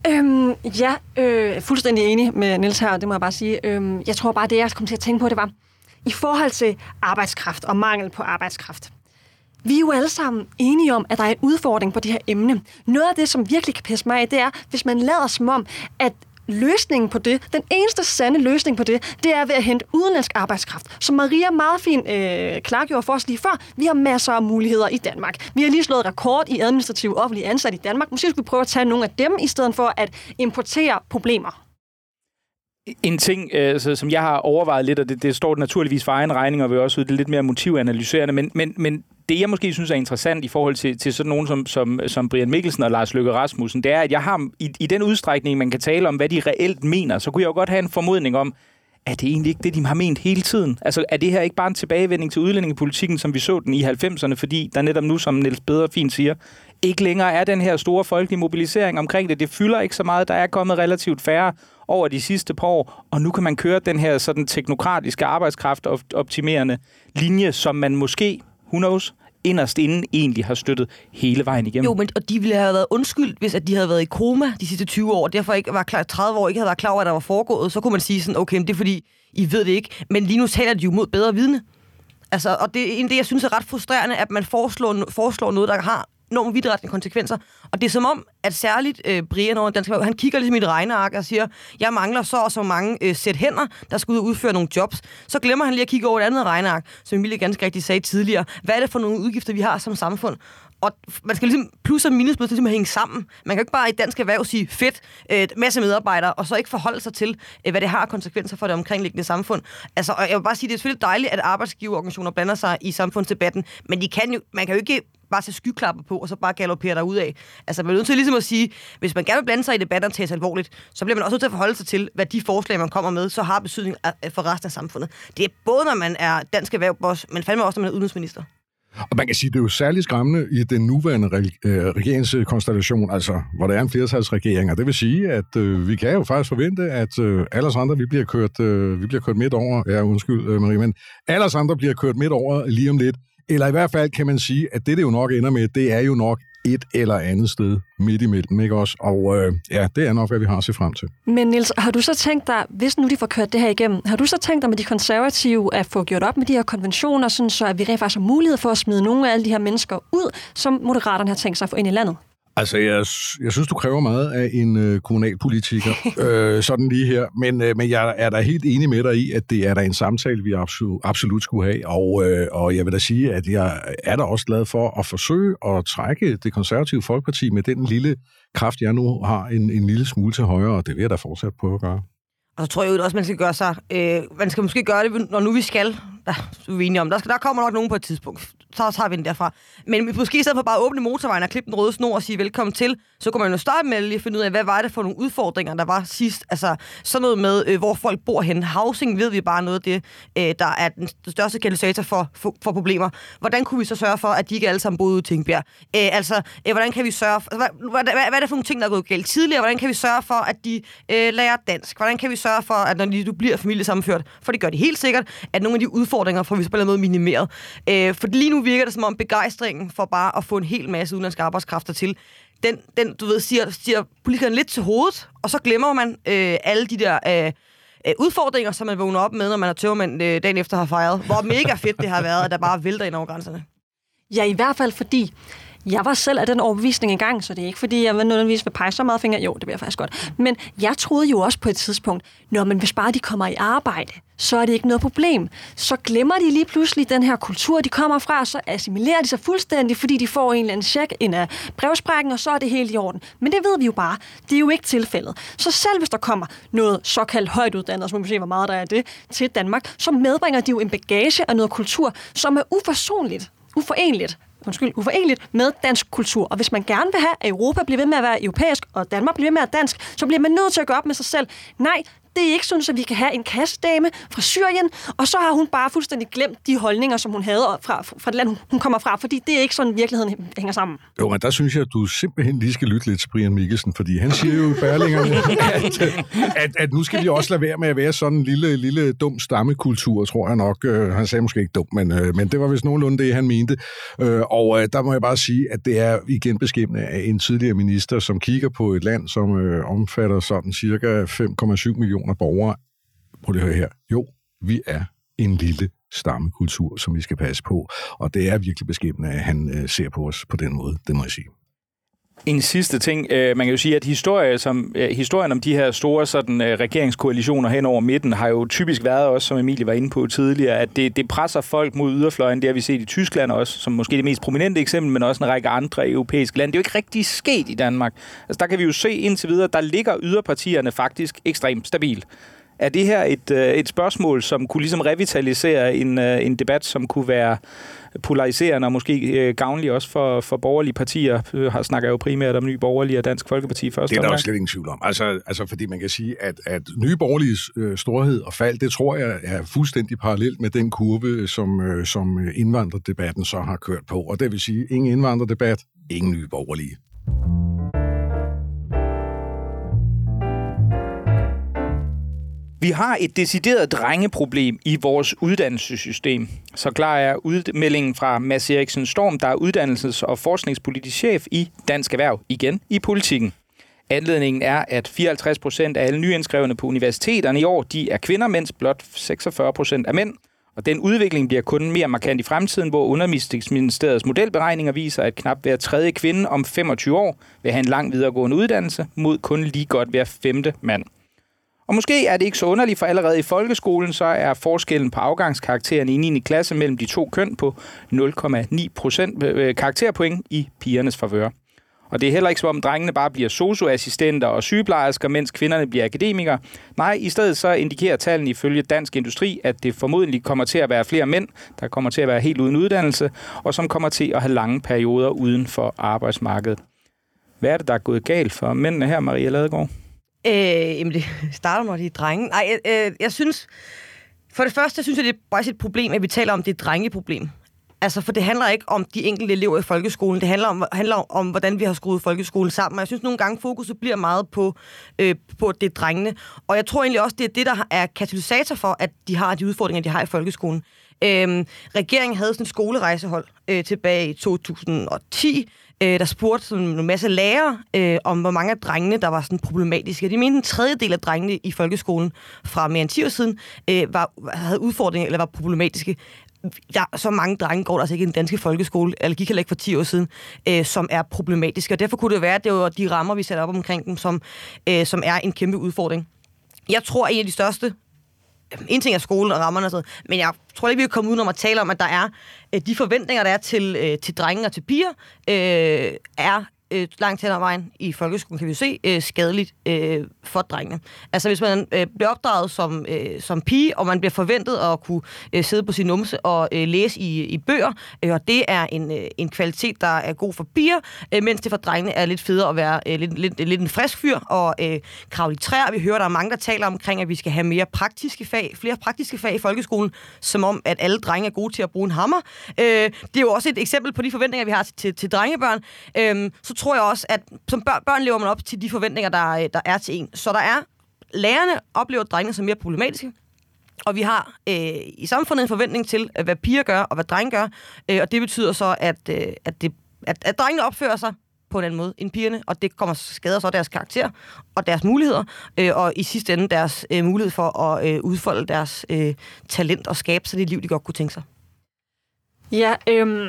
Øhm, ja, øh, fuldstændig enig med Niels her, det må jeg bare sige. Øhm, jeg tror bare, det jeg kom til at tænke på, det var, i forhold til arbejdskraft og mangel på arbejdskraft. Vi er jo alle sammen enige om, at der er en udfordring på det her emne. Noget af det, som virkelig kan pisse mig af, det er, hvis man lader som om, at løsningen på det, den eneste sande løsning på det, det er ved at hente udenlandsk arbejdskraft. Som Maria meget fint øh, klargjorde for os lige før, vi har masser af muligheder i Danmark. Vi har lige slået rekord i administrative offentlige ansatte i Danmark. Måske skulle vi prøve at tage nogle af dem, i stedet for at importere problemer. En ting, øh, så, som jeg har overvejet lidt, og det, det står naturligvis for egen regning, og vil også ud det lidt mere motivanalyserende, men, men, men det, jeg måske synes er interessant i forhold til, til sådan nogen som, som, som Brian Mikkelsen og Lars Løkke Rasmussen, det er, at jeg har i, i den udstrækning, man kan tale om, hvad de reelt mener, så kunne jeg jo godt have en formodning om, at det egentlig ikke det, de har ment hele tiden. Altså, er det her ikke bare en tilbagevending til udlændingepolitikken, som vi så den i halvfemserne, fordi der netop nu, som Niels Bedre fint siger, ikke længere er den her store folkelige mobilisering omkring det. Det fylder ikke så meget. Der er kommet relativt færre over de sidste par år, og nu kan man køre den her sådan teknokratiske arbejdskraftoptimerende linje, som man måske, who knows, inderst inden egentlig har støttet hele vejen igennem. Jo, men og de ville have været undskyldt, hvis at de havde været i koma de sidste tyve år, derfor ikke var klar, tredive år ikke havde været klar over, at der var foregået, så kunne man sige sådan, okay, men det er fordi, I ved det ikke, men lige nu taler de jo mod bedre vidne. Altså, og det er en det, jeg synes er ret frustrerende, at man foreslår, foreslår noget, der har nogle vidtrækkende konsekvenser. Og det er som om, at særligt øh, Brian over Dansk Erhverv, han kigger ligesom i et regneark og siger, jeg mangler så og så mange øh, sæt hænder, der skal ud og udføre nogle jobs. Så glemmer han lige at kigge over et andet regneark, som Emilie ganske rigtigt sagde tidligere. Hvad er det for nogle udgifter, vi har som samfund? Og man skal ligesom plus og minus på ligesom hænge sammen. Man kan jo ikke bare i Dansk Erhverv sige fedt, øh, masse medarbejdere, og så ikke forholde sig til, øh, hvad det har konsekvenser for det omkringliggende samfund. Altså, og jeg vil bare sige, det er selvfølgelig dejligt, at arbejdsgiverorganisationer blander sig i samfundsdebatten, men de kan jo, man kan jo ikke bare tage skyklapper på, og så bare galopere derud af. Altså, man er nødt til ligesom at sige, hvis man gerne vil blande sig i debatten og tage sig alvorligt, så bliver man også nødt til at forholde sig til, hvad de forslag, man kommer med, så har betydning for resten af samfundet. Det er både, når man er Dansk Erhverv-boss, men fandme også, når man er udenrigsminister. Og man kan sige, det er jo særligt skræmmende i den nuværende regeringskonstellation, altså hvor der er en flertalsregering, og det vil sige, at øh, vi kan jo faktisk forvente, at øh, alle os andre, vi bliver kørt, øh, vi bliver kørt midt over, ja undskyld øh, Marie, men alle os andre bliver kørt midt over lige om lidt, eller i hvert fald kan man sige, at det, det jo nok ender med, det er jo nok et eller andet sted midt imellem, ikke også? Og øh, ja, det er nok, hvad vi har at se frem til. Men Niels, har du så tænkt dig, hvis nu de får kørt det her igennem, har du så tænkt dig med de konservative at få gjort op med de her konventioner, sådan så at vi rent faktisk har mulighed for at smide nogle af alle de her mennesker ud, som Moderaterne har tænkt sig at få ind i landet? Altså, jeg, jeg synes, du kræver meget af en øh, kommunalpolitiker, øh, sådan lige her. Men, øh, men jeg er da helt enig med dig i, at det er da en samtale, vi absolut, absolut skulle have. Og, øh, og jeg vil da sige, at jeg er da også glad for at forsøge at trække det konservative Folkeparti med den lille kraft, jeg nu har en, en lille smule til højre, og det vil jeg da fortsat prøve at gøre. Og så tror jeg jo også, man skal gøre sig... Øh, man skal måske gøre det, når nu vi skal. Der, er vi enige om. Der, skal, der kommer nok nogen på et tidspunkt. Så tager vi den derfra. Men måske i stedet for bare at åbne motorvejen og klippe den røde snor og sige velkommen til, så kunne man jo starte med at lige finde ud af, hvad var det for nogle udfordringer, der var sidst. Altså sådan noget med, øh, hvor folk bor hen. Housing ved vi bare noget af det, øh, der er den største katalysator for, for, for problemer. Hvordan kunne vi så sørge for, at de ikke alle sammen boede i Tingbjerg? Øh, altså, øh, hvordan kan vi sørge for... Hvad, hvad, hvad, hvad er det for nogle ting, der er gået galt tidligere? Hvordan kan vi sørge for, at de øh, lærer dansk? Hvordan kan vi sørge for, at når de, du bliver familiesammenført, for det gør de helt sikkert, at nogle af de udfordringer får vi så på en eller anden måde minimeret. Øh, for lige nu virker det som om begejstringen for bare at få en hel masse udenlandske arbejdskræfter til, den, den du ved, siger, siger politikerne lidt til hovedet, og så glemmer man øh, alle de der øh, udfordringer, som man vågner op med, når man har tømmermænd øh, dagen efter har fejret. Hvor mega fedt det har været, at der bare vælter ind over grænserne. Ja, i hvert fald fordi jeg var selv af den overbevisning engang, så det er ikke fordi, jeg nødvendigvis vil pege så meget fingre. Jo, det vil jeg faktisk godt. Men jeg troede jo også på et tidspunkt, når man hvis bare de kommer i arbejde, så er det ikke noget problem. Så glemmer de lige pludselig den her kultur, de kommer fra, så assimilerer de sig fuldstændig, fordi de får en eller anden check ind af brevsprækken, og så er det helt i orden. Men det ved vi jo bare. Det er jo ikke tilfældet. Så selv hvis der kommer noget såkaldt højt uddannet, så må vi se, hvor meget der er det, til Danmark, så medbringer de jo en bagage af noget kultur, som er uforsonligt, uforenligt. Undskyld, uforenligt med dansk kultur. Og hvis man gerne vil have, at Europa bliver ved med at være europæisk, og Danmark bliver ved med at være dansk, så bliver man nødt til at gå op med sig selv. Nej, det er ikke sådan, at vi kan have en kassedame fra Syrien, og så har hun bare fuldstændig glemt de holdninger, som hun havde fra, fra det land, hun kommer fra, fordi det er ikke sådan, virkeligheden hænger sammen. Jo, men der synes jeg, at du simpelthen lige skal lytte lidt til Brian Mikkelsen, fordi han siger jo i Berlingerne, at, at, at nu skal vi også lade være med at være sådan en lille, lille dum stammekultur, tror jeg nok. Han sagde måske ikke dum, men, men det var vist nogenlunde det, han mente. Og der må jeg bare sige, at det er igen beskæmmende af en tidligere minister, som kigger på et land, som omfatter sådan cirka fem komma syv millioner borgere. Prøv det her her. Jo, vi er en lille stammekultur, som vi skal passe på. Og det er virkelig beskæmmende, at han øh, ser på os på den måde, det må jeg sige. En sidste ting, øh, man kan jo sige, at historie, som, øh, historien om de her store sådan, øh, regeringskoalitioner hen over midten, har jo typisk været også, som Emilie var inde på tidligere, at det, det presser folk mod yderfløjen. Det har vi set i Tyskland også, som måske det mest prominente eksempel, men også en række andre europæiske lande. Det er jo ikke rigtig sket i Danmark. Altså, der kan vi jo se indtil videre, der ligger yderpartierne faktisk ekstremt stabilt. Er det her et, et spørgsmål, som kunne ligesom revitalisere en, en debat, som kunne være polariserende og måske gavnlig også for, for borgerlige partier? Her snakker jeg jo primært om Nye Borgerlige og Dansk Folkeparti først. Det er der jo slet ingen tvivl om. Altså, altså fordi man kan sige, at, at Nye Borgerliges øh, storhed og fald, det tror jeg er fuldstændig parallelt med den kurve, som, øh, som indvandrerdebatten så har kørt på. Og det vil sige, ingen indvandrerdebat, ingen Nye Borgerlige. Vi har et decideret drengeproblem i vores uddannelsessystem. Så klar er udmeldingen fra Mads Eriksen Storm, der er uddannelses- og forskningspolitisk chef i Dansk Erhverv, igen i Politikken. Anledningen er, at fireoghalvtreds procent af alle nyinskrevne på universiteterne i år, de er kvinder, mens blot seksogfyrre procent er mænd. Og den udvikling bliver kun mere markant i fremtiden, hvor Undervisningsministeriets modelberegninger viser, at knap hver tredje kvinde om femogtyve år vil have en lang videregående uddannelse, mod kun lige godt hver femte mand. Og måske er det ikke så underligt, for allerede i folkeskolen, så er forskellen på afgangskarakteren i niende klasse mellem de to køn på nul komma ni procent karakterpoint i pigernes favør. Og det er heller ikke som om drengene bare bliver socioassistenter og sygeplejersker, mens kvinderne bliver akademikere. Nej, i stedet så indikerer tallene ifølge Dansk Industri, at det formodentlig kommer til at være flere mænd, der kommer til at være helt uden uddannelse, og som kommer til at have lange perioder uden for arbejdsmarkedet. Hvad er det, der er gået galt for mændene her, Maria Ladegaard? Øh, jamen, det starter, når de er drenge. Nej, øh, jeg synes... For det første, synes jeg, det er bare et problem, at vi taler om det drengeproblem. Altså, for det handler ikke om de enkelte elever i folkeskolen. Det handler om, handler om hvordan vi har skruet folkeskolen sammen. Og jeg synes, nogle gange fokuset bliver meget på, øh, på det drengene. Og jeg tror egentlig også, det er det, der er katalysator for, at de har de udfordringer, de har i folkeskolen. Øh, regeringen havde sådan et skolerejsehold øh, tilbage i to tusind og ti, øh, der spurgte sådan en masse lærere øh, om, hvor mange af drengene, der var sådan problematiske. De mente, en tredjedel af drengene i folkeskolen fra mere end ti år siden øh, var, havde udfordringer eller var problematiske. Der, så mange drenge går der altså ikke i den danske folkeskole, eller gik heller ikke for ti år siden, øh, som er problematiske. Og derfor kunne det være, at det var de rammer, vi sætter op omkring dem, som, øh, som er en kæmpe udfordring. Jeg tror, en af de største, en ting er skolen og rammerne og sådan, men jeg tror ikke, vi kan komme ud om at tale om, at der er øh, de forventninger, der er til, øh, til drenge og til piger, øh, er øh, langt hen ad vejen i folkeskolen, kan vi jo se, øh, skadeligt øh, for drengene. Altså hvis man øh, bliver opdraget som, øh, som pige, og man bliver forventet at kunne øh, sidde på sin numse og øh, læse i, i bøger, øh, og det er en, øh, en kvalitet, der er god for piger, øh, mens det for drengene er lidt federe at være øh, lidt, lidt, lidt en frisk fyr og øh, kravle i træer. Vi hører, der er mange, der taler omkring, at vi skal have mere praktiske fag, flere praktiske fag i folkeskolen, som om, at alle drenge er gode til at bruge en hammer. Øh, det er jo også et eksempel på de forventninger, vi har til, til, til drengebørn. Øh, så tror jeg også, at som børn, børn lever man op til de forventninger, der, der er til en. Så der er, lærerne oplever drengene som mere problematiske, og vi har øh, i samfundet en forventning til, hvad piger gør og hvad drenge gør, øh, og det betyder så, at, øh, at, det, at, at drengene opfører sig på en anden måde end pigerne, og det kommer skader så deres karakter og deres muligheder, øh, og i sidste ende deres øh, mulighed for at øh, udfolde deres øh, talent og skabe sig det liv, de godt kunne tænke sig. Ja, øhm...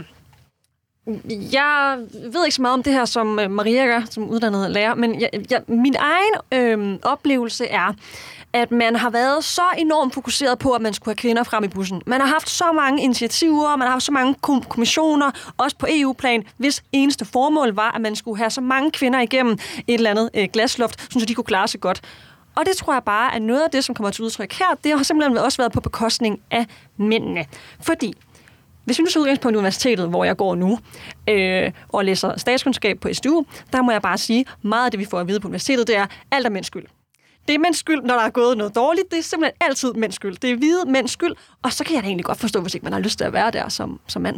Jeg ved ikke så meget om det her, som Maria gør, som uddannet lærer, men jeg, jeg, min egen øh, oplevelse er, at man har været så enormt fokuseret på, at man skulle have kvinder frem i bussen. Man har haft så mange initiativer, man har haft så mange kommissioner, også på E U-plan, hvis eneste formål var, at man skulle have så mange kvinder igennem et eller andet øh, glasloft, så de kunne klare sig godt. Og det tror jeg bare er noget af det, som kommer til udtryk her. Det har simpelthen også været på bekostning af mændene. Fordi hvis vi nu så udgangspunkt på universitetet, hvor jeg går nu, øh, og læser statskundskab på S D U, der må jeg bare sige, meget af det, vi får at vide på universitetet, det er alt er mænds skyld. det er mænds skyld, når der er gået noget dårligt. Det er simpelthen altid mænds skyld. Det er hvide mænds skyld, og så kan jeg da egentlig godt forstå, hvis ikke man har lyst til at være der som, som mand.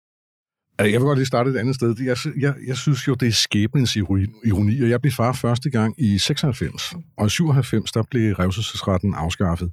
Jeg vil godt lige starte et andet sted. Jeg, jeg, jeg synes jo, det er skæbnens ironi, og jeg blev far første gang i seksoghalvfems, og i syvoghalvfems, der blev revselsesretten afskaffet.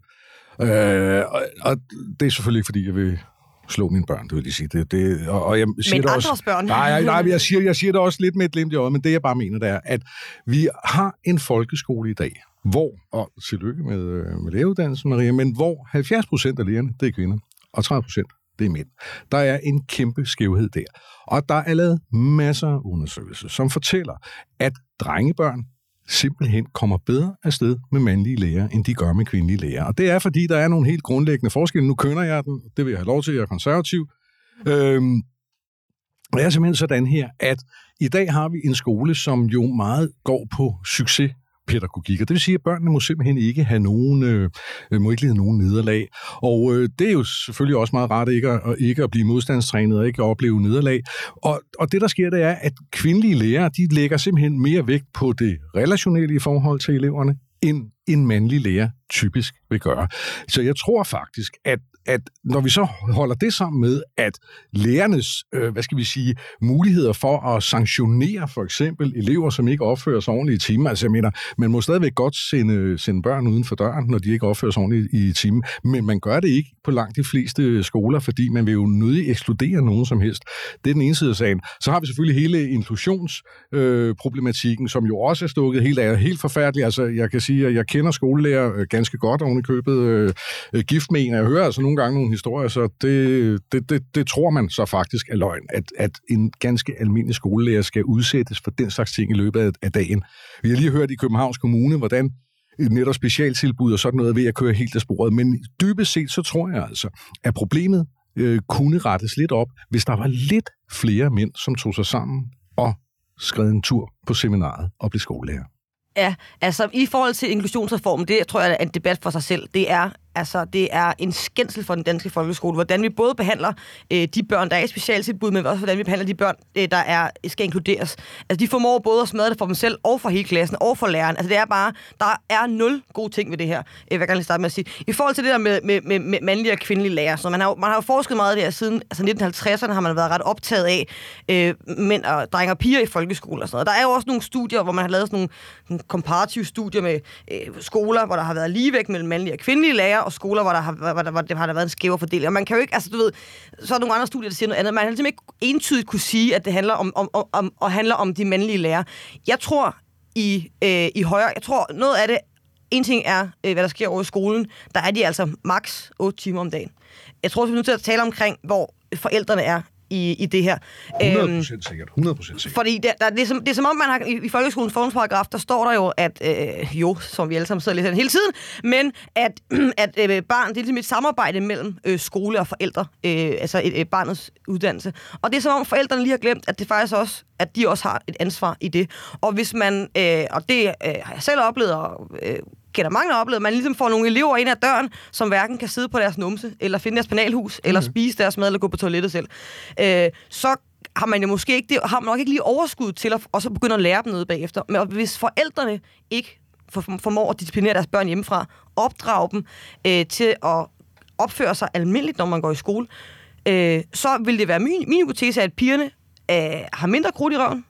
Øh, og, og det er selvfølgelig ikke, fordi jeg vil slå mine børn, det vil jeg sige. Det, det, og, og jeg siger men det andres også, børn? Nej, nej, nej jeg, siger, jeg siger det også lidt med et glimt i øjet, men det jeg bare mener, det er, at vi har en folkeskole i dag, hvor, og tillykke med, med læreruddannelsen, Maria, men hvor halvfjerds procent af lærerne, det er kvinder, og tredive procent det er mænd. Der er en kæmpe skævhed der. Og der er lavet masser af undersøgelser, som fortæller, at drengebørn simpelthen kommer bedre afsted med mandlige lærer, end de gør med kvindelige lærer. Og det er, fordi der er nogle helt grundlæggende forskelle. Nu kønner jeg den, det vil jeg have lov til, jeg er konservativ. Øhm, og det er simpelthen sådan her, at i dag har vi en skole, som jo meget går på succes pædagogik, og det vil sige, at børnene må simpelthen ikke have nogen, øh, må ikke lide nogen nederlag. Og øh, det er jo selvfølgelig også meget rart ikke at, ikke at blive modstandstrænet og ikke at opleve nederlag. Og, og det, der sker, det er, at kvindelige lærere, de lægger simpelthen mere vægt på det relationelle i forhold til eleverne, end en mandlig lærer typisk vil gøre. Så jeg tror faktisk, at, at når vi så holder det sammen med, at lærernes, øh, hvad skal vi sige, muligheder for at sanktionere for eksempel elever, som ikke opfører sig ordentligt i timen, altså jeg mener, man må stadigvæk godt sende, sende børn uden for døren, når de ikke opfører sig ordentligt i timen, men man gør det ikke på langt de fleste skoler, fordi man vil jo nødig ekskludere nogen som helst. Det er den ene side af sagen. Så har vi selvfølgelig hele inklusionsproblematikken, øh, som jo også er stukket helt af, helt forfærdeligt. Altså jeg kan sige, at jeg kender skolelærer ganske godt oven i købet øh, gift med en, jeg hører altså nogle gange nogle historier, så det, det, det, det tror man så faktisk er løgn, at, at en ganske almindelig skolelærer skal udsættes for den slags ting i løbet af, af dagen. Vi har lige hørt i Københavns Kommune, hvordan netop specialtilbud og sådan noget ved at køre helt af sporet, men dybest set så tror jeg altså, at problemet øh, kunne rettes lidt op, hvis der var lidt flere mænd, som tog sig sammen og skred en tur på seminaret og blev skolelærer. Ja, altså i forhold til inklusionsreformen, det tror jeg er en debat for sig selv. Det er altså det er en skændsel for den danske folkeskole, hvordan vi både behandler øh, de børn, der er i specialtilbud, men også hvordan vi behandler de børn, øh, der er skal inkluderes. Altså de formår både at smadre det for dem selv og for hele klassen og for læreren. Altså det er bare, der er nul gode ting ved det her. Jeg vil gerne starte med at sige. I forhold til det der med, med, med, med mandlige og kvindelige lærer, så man har, man har jo forsket meget der siden altså nitten halvtredserne har man været ret optaget af øh, mænd og drenge og piger i folkeskolen og sådan noget. Der er jo også nogle studier, hvor man har lavet sådan nogle, nogle komparative studier med øh, skoler, hvor der har været ligevægt mellem mandlige og kvindelige lærer, og skoler, hvor der har, hvor der, hvor der har der været en skævere fordeling. Og man kan jo ikke, altså du ved, så er der nogle andre studier, der siger noget andet. Man kan simpelthen ikke entydigt kunne sige, at det handler om, om, om, om, og handler om de mandlige lærere. Jeg tror i, øh, i højere, jeg tror noget af det, en ting er, øh, hvad der sker over i skolen, der er de altså maks otte timer om dagen. Jeg tror, vi er nødt til at tale omkring, hvor forældrene er i, i det her. hundrede procent sikkert. hundrede procent sikkert. Fordi det, der, det, er som, det er som om, man har i, i folkeskolens formålsparagraf, der står der jo, at øh, jo, som vi alle sammen sidder lidt hele tiden, men at, at øh, barn, det er ligesom et samarbejde mellem øh, skole og forældre, øh, altså et, et barnets uddannelse. Og det er som om, forældrene lige har glemt, at det faktisk også, at de også har et ansvar i det. Og hvis man, øh, og det øh, har jeg selv oplevet, og øh, kender mange har oplevet, man ligesom får nogle elever ind ad døren, som hverken kan sidde på deres numse, eller finde deres penalhus, mm. eller spise deres mad, eller gå på toilettet selv. Øh, så har man jo måske ikke, det har man nok ikke lige overskud til at også begynde at lære dem noget bagefter. Men hvis forældrene ikke formår at disciplinere deres børn hjemmefra, opdrage dem øh, til at opføre sig almindeligt, når man går i skole, øh, så vil det være min, min hypotese, at pigerne øh, har mindre krudt i røven,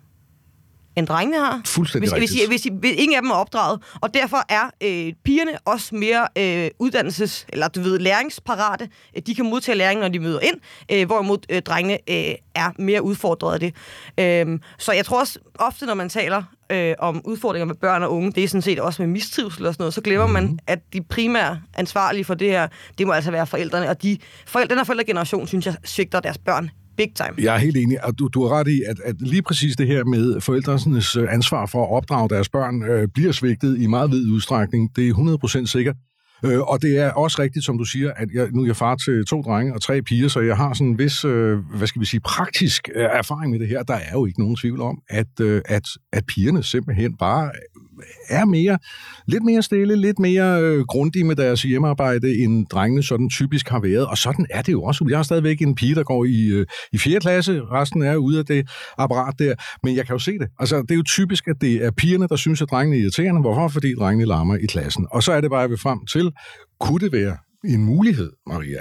end drengene har. Fuldstændig hvis, hvis, hvis, hvis ingen af dem er opdraget. Og derfor er øh, pigerne også mere øh, uddannelses- eller du ved, læringsparate. De kan modtage læring, når de møder ind, øh, hvorimod øh, drengene øh, er mere udfordret af det. Øh, så jeg tror også ofte, når man taler øh, om udfordringer med børn og unge, det er sådan set også med mistrivsel og sådan noget, så glemmer mm-hmm. man, at de primære ansvarlige for det her, det må altså være forældrene. Og de, forældre, den her forældregeneration, synes jeg, svigter deres børn big time. Jeg er helt enig, og du, du har ret i, at, at lige præcis det her med forældrenes ansvar for at opdrage deres børn øh, bliver svigtet i meget vid udstrækning. Det er hundrede procent sikkert. Øh, og det er også rigtigt, som du siger, at jeg, nu er jeg far til to drenge og tre piger, så jeg har sådan en vis, øh, hvad skal vi sige, praktisk øh, erfaring med det her. Der er jo ikke nogen tvivl om, at, øh, at, at pigerne simpelthen bare er mere, lidt mere stille, lidt mere øh, grundige med deres hjemmearbejde, end drengene sådan typisk har været. Og sådan er det jo også. Jeg har stadigvæk en pige, der går i, øh, i fjerde klasse. Resten er ude af det apparat der. Men jeg kan jo se det. Altså, det er jo typisk, at det er pigerne, der synes, at drengene er irriterende. Hvorfor? Fordi drengene larmer i klassen. Og så er det bare, at vi frem til, kunne det være en mulighed, Maria,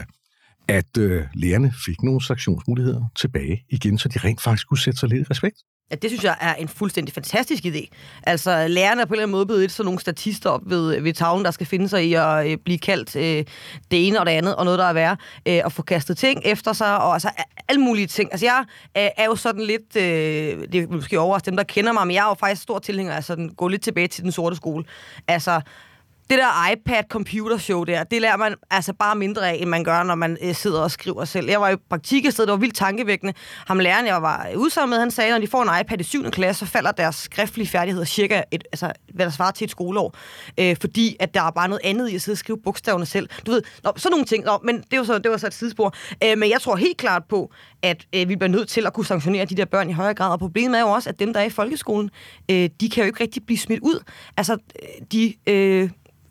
at øh, lærerne fik nogle sanktionsmuligheder tilbage igen, så de rent faktisk kunne sætte sig lidt i respekt? Ja, det synes jeg er en fuldstændig fantastisk idé. Altså, lærerne er på en eller anden måde blevet sådan nogle statister op ved, ved tavlen, der skal finde sig i at øh, blive kaldt øh, det ene og det andet, og noget, der er værre, øh, og få kastet ting efter sig, og altså alle mulige ting. Altså, jeg øh, er jo sådan lidt, øh, det er måske overraske dem, der kender mig, men jeg er jo faktisk stor tilhænger af sådan, gå lidt tilbage til den sorte skole. Altså, det der iPad-computershow der, det lærer man altså bare mindre af, end man gør, når man øh, sidder og skriver selv. Jeg var i praktik et sted, det var vildt tankevækkende. Ham læreren, jeg var udsamlet med, han sagde, når de får en iPad i syvende klasse, så falder deres skriftlige færdigheder cirka, et, altså, hvad der svarer til et skoleår. Øh, fordi at der er bare noget andet i at sidde og skrive bogstaverne selv. Du ved, nå, sådan nogle ting. Nå, men det var, så, det var så et sidespor. Øh, men jeg tror helt klart på, at øh, vi bliver nødt til at kunne sanktionere de der børn i højere grad. Og problemet er jo også, at dem, der er i folkeskolen, øh, de kan jo ikke rigtig blive smidt ud. Altså, de... Øh,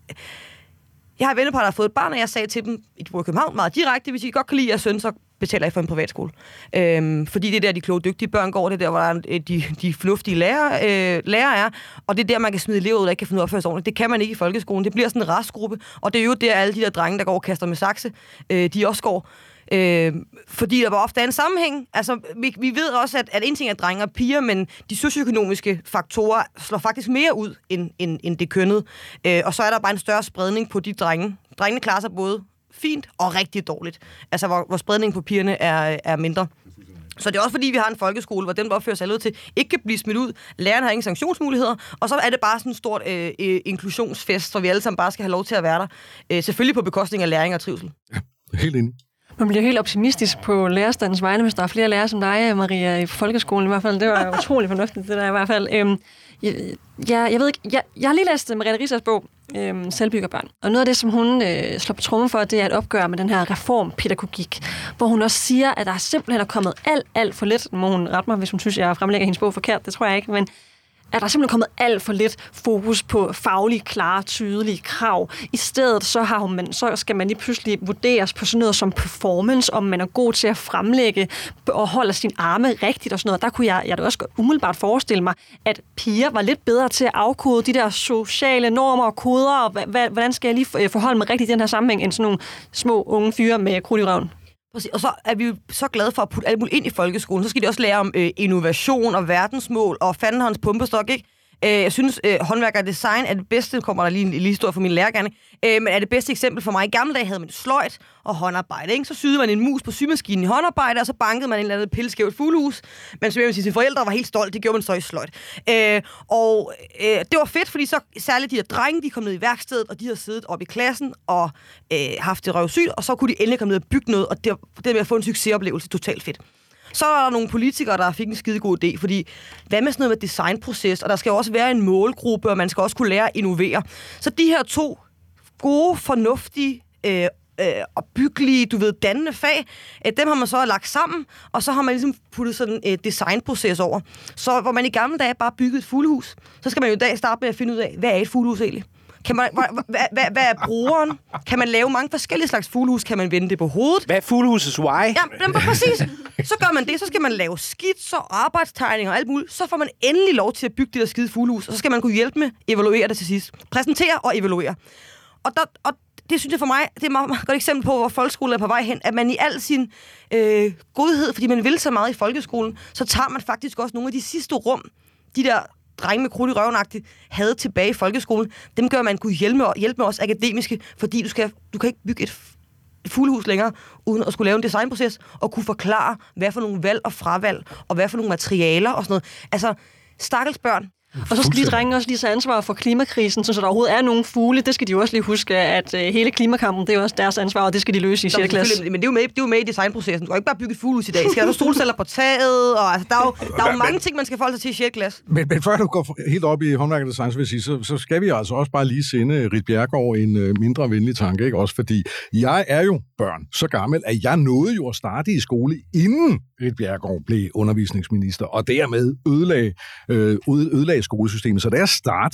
Jeg har et vennepar, der har fået et barn, og jeg sagde til dem, i København meget direkte, hvis I godt kan lide jeres søn, så betaler I for en privatskole. Øhm, fordi det er der, de kloge, dygtige børn går, det er der, hvor der er de, de fornuftige lærere, øh, lærere er, og det er der, man kan smide elever ud, der ikke kan finde ud af at opføre sig ordentligt. Det kan man ikke i folkeskolen. Det bliver sådan en restgruppe, og det er jo der, alle de der drenge, der går og kaster med sakse, øh, de også går. Øh, fordi der var ofte en sammenhæng. Altså, vi, vi ved også, at, at en ting er drenge og piger, men de socioøkonomiske faktorer slår faktisk mere ud, end, end, end det kønnede. Øh, og så er der bare en større spredning på de drenge. Drengene klarer sig både fint og rigtig dårligt. Altså, hvor, hvor spredningen på pigerne er, er mindre. Så det er også fordi, vi har en folkeskole, hvor dem, der opfører sig ud til, ikke kan blive smidt ud. Lærerne har ingen sanktionsmuligheder, og så er det bare sådan en stort øh, øh, inklusionsfest, hvor vi alle sammen bare skal have lov til at være der. Øh, selvfølgelig på bekostning af læring og trivsel. Ja, helt enig. Man bliver helt optimistisk på lærerstandens vegne, hvis der er flere lærere som dig, Maria, i folkeskolen i hvert fald. Det var utrolig fornuftigt, det der i hvert fald. Øhm, jeg, jeg, jeg ved ikke, jeg, jeg har lige læst Merete Riisagers bog, øhm, Selvbyggerbørn. Og noget af det, som hun øh, slår på trommen for, det er et opgør med den her reformpædagogik, hvor hun også siger, at der simpelthen er kommet alt, alt for lidt. Må hun rette mig, hvis hun synes, jeg fremlægger hendes bog forkert. Det tror jeg ikke, men er der simpelthen kommet alt for lidt fokus på faglige, klare, tydelige krav. I stedet så, har hun, så skal man lige pludselig vurderes på sådan noget som performance, om man er god til at fremlægge og holde sin arme rigtigt og sådan noget. Der kunne jeg, jeg da også umiddelbart forestille mig, at piger var lidt bedre til at afkode de der sociale normer og koder, og hvordan skal jeg lige forholde mig rigtigt i den her sammenhæng, end sådan nogle små unge fyre med krudt i røven. Og så er vi jo så glade for at putte alt muligt ind i folkeskolen. Så skal de også lære om øh, innovation og verdensmål og fandens pumpestok, ikke? Øh, jeg synes, øh, håndværk og design er det bedste, kommer der lige en lille historie fra min lærergerning, øh, men er det bedste eksempel for mig. I gamle dage havde man sløjt og håndarbejde, ikke? Så syede man en mus på symaskinen i håndarbejde, og så bankede man en eller anden pilskævt fuglehus. Men så vil jeg sige, sine forældre var helt stolte, det gjorde man så i sløjt. Øh, og øh, det var fedt, fordi så særligt de her drenge, de kom ned i værkstedet, og de har siddet oppe i klassen og øh, haft det røvsygt, og så kunne de endelig komme ned og bygge noget, og det, det med at få en succesoplevelse, totalt fedt. Så er der nogle politikere, der fik en skide god idé, fordi hvad med sådan noget med designproces, og der skal jo også være en målgruppe, og man skal også kunne lære at innovere. Så de her to gode, fornuftige øh, øh, og byggelige, du ved, dannende fag, øh, dem har man så lagt sammen, og så har man ligesom puttet sådan en øh, designproces over. Så hvor man i gamle dage bare byggede et fuglehus, så skal man jo i dag starte med at finde ud af, hvad er et fuglehus egentlig? Kan man, hvad, hvad, hvad er brugeren? Kan man lave mange forskellige slags fuglehus? Kan man vende det på hovedet? Hvad er fuglehusets why? Ja, præcis. Så gør man det. Så skal man lave skitser, arbejdstegninger og alt muligt. Så får man endelig lov til at bygge det der skide fuglehus. Og så skal man kunne hjælpe med, evaluere det til sidst. Præsentere og evaluere. Og, der, og det synes jeg for mig, det er et meget, meget godt eksempel på, hvor folkeskolen er på vej hen. At man i al sin øh, godhed, fordi man vil så meget i folkeskolen, så tager man faktisk også nogle af de sidste rum, de der drenge med krudt i røvenagtigt, havde tilbage i folkeskolen, dem gør man kunne hjælpe med, hjælpe med os akademiske, fordi du, skal, du kan ikke bygge et, et fuglehus længere, uden at skulle lave en designproces, og kunne forklare, hvad for nogle valg og fravalg, og hvad for nogle materialer og sådan noget. Altså, stakkels børn. Og så skal de drenge også lige tage ansvar for klimakrisen, så der overhovedet er nogle fugle. Det skal de jo også lige huske, at uh, hele klimakampen, det er også deres ansvar, og det skal de løse i sjette klasse. Men det er, jo med, det er jo med i designprocessen. Du kan ikke bare bygge et fuglehus i dag. Skal der solceller på taget, og altså, der er jo, der er jo mange ting, man skal forholde sig til i sjette klasse. Men, men før du går helt op i håndværk og design, så vil jeg sige, så, så skal vi altså også bare lige sende Ritt Bjerregaard en uh, mindre venlig tanke, ikke? Også fordi jeg er jo børn så gammel, at jeg nåede jo at starte i skole, inden Ritt Bjerregaard blev undervisningsminister, og dermed ødelagde, øh, ødelagde skolesystemet. Så da jeg startede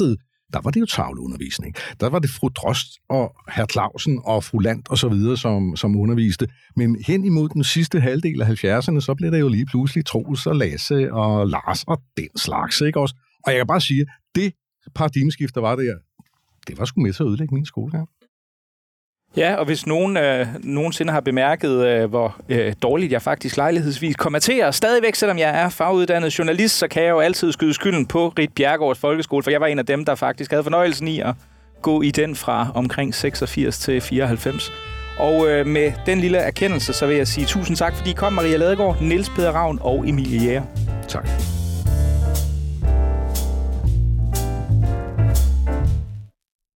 der var det jo tavleundervisning. Der var det fru Drost og herr Clausen og fru Land og så videre, som, som underviste. Men hen imod den sidste halvdel af halvfjerdserne, så blev der jo lige pludselig Troels og Lasse og Lars og den slags, ikke også? Og jeg kan bare sige, det paradigmeskift, der var der, det var sgu med til at ødelægge min skolegang. Ja, og hvis nogen øh, nogensinde har bemærket, øh, hvor øh, dårligt jeg faktisk lejlighedsvis kommenterer, stadigvæk, selvom jeg er faguddannet journalist, så kan jeg jo altid skyde skylden på Ritt Bjerregaards folkeskole, for jeg var en af dem, der faktisk havde fornøjelsen i at gå i den fra omkring seksogfirs til fireoghalvfems. Og øh, med den lille erkendelse, så vil jeg sige tusind tak, fordi I kom, Maria Ladegaard, Niels Peder Ravn og Emilie Jæger. Tak.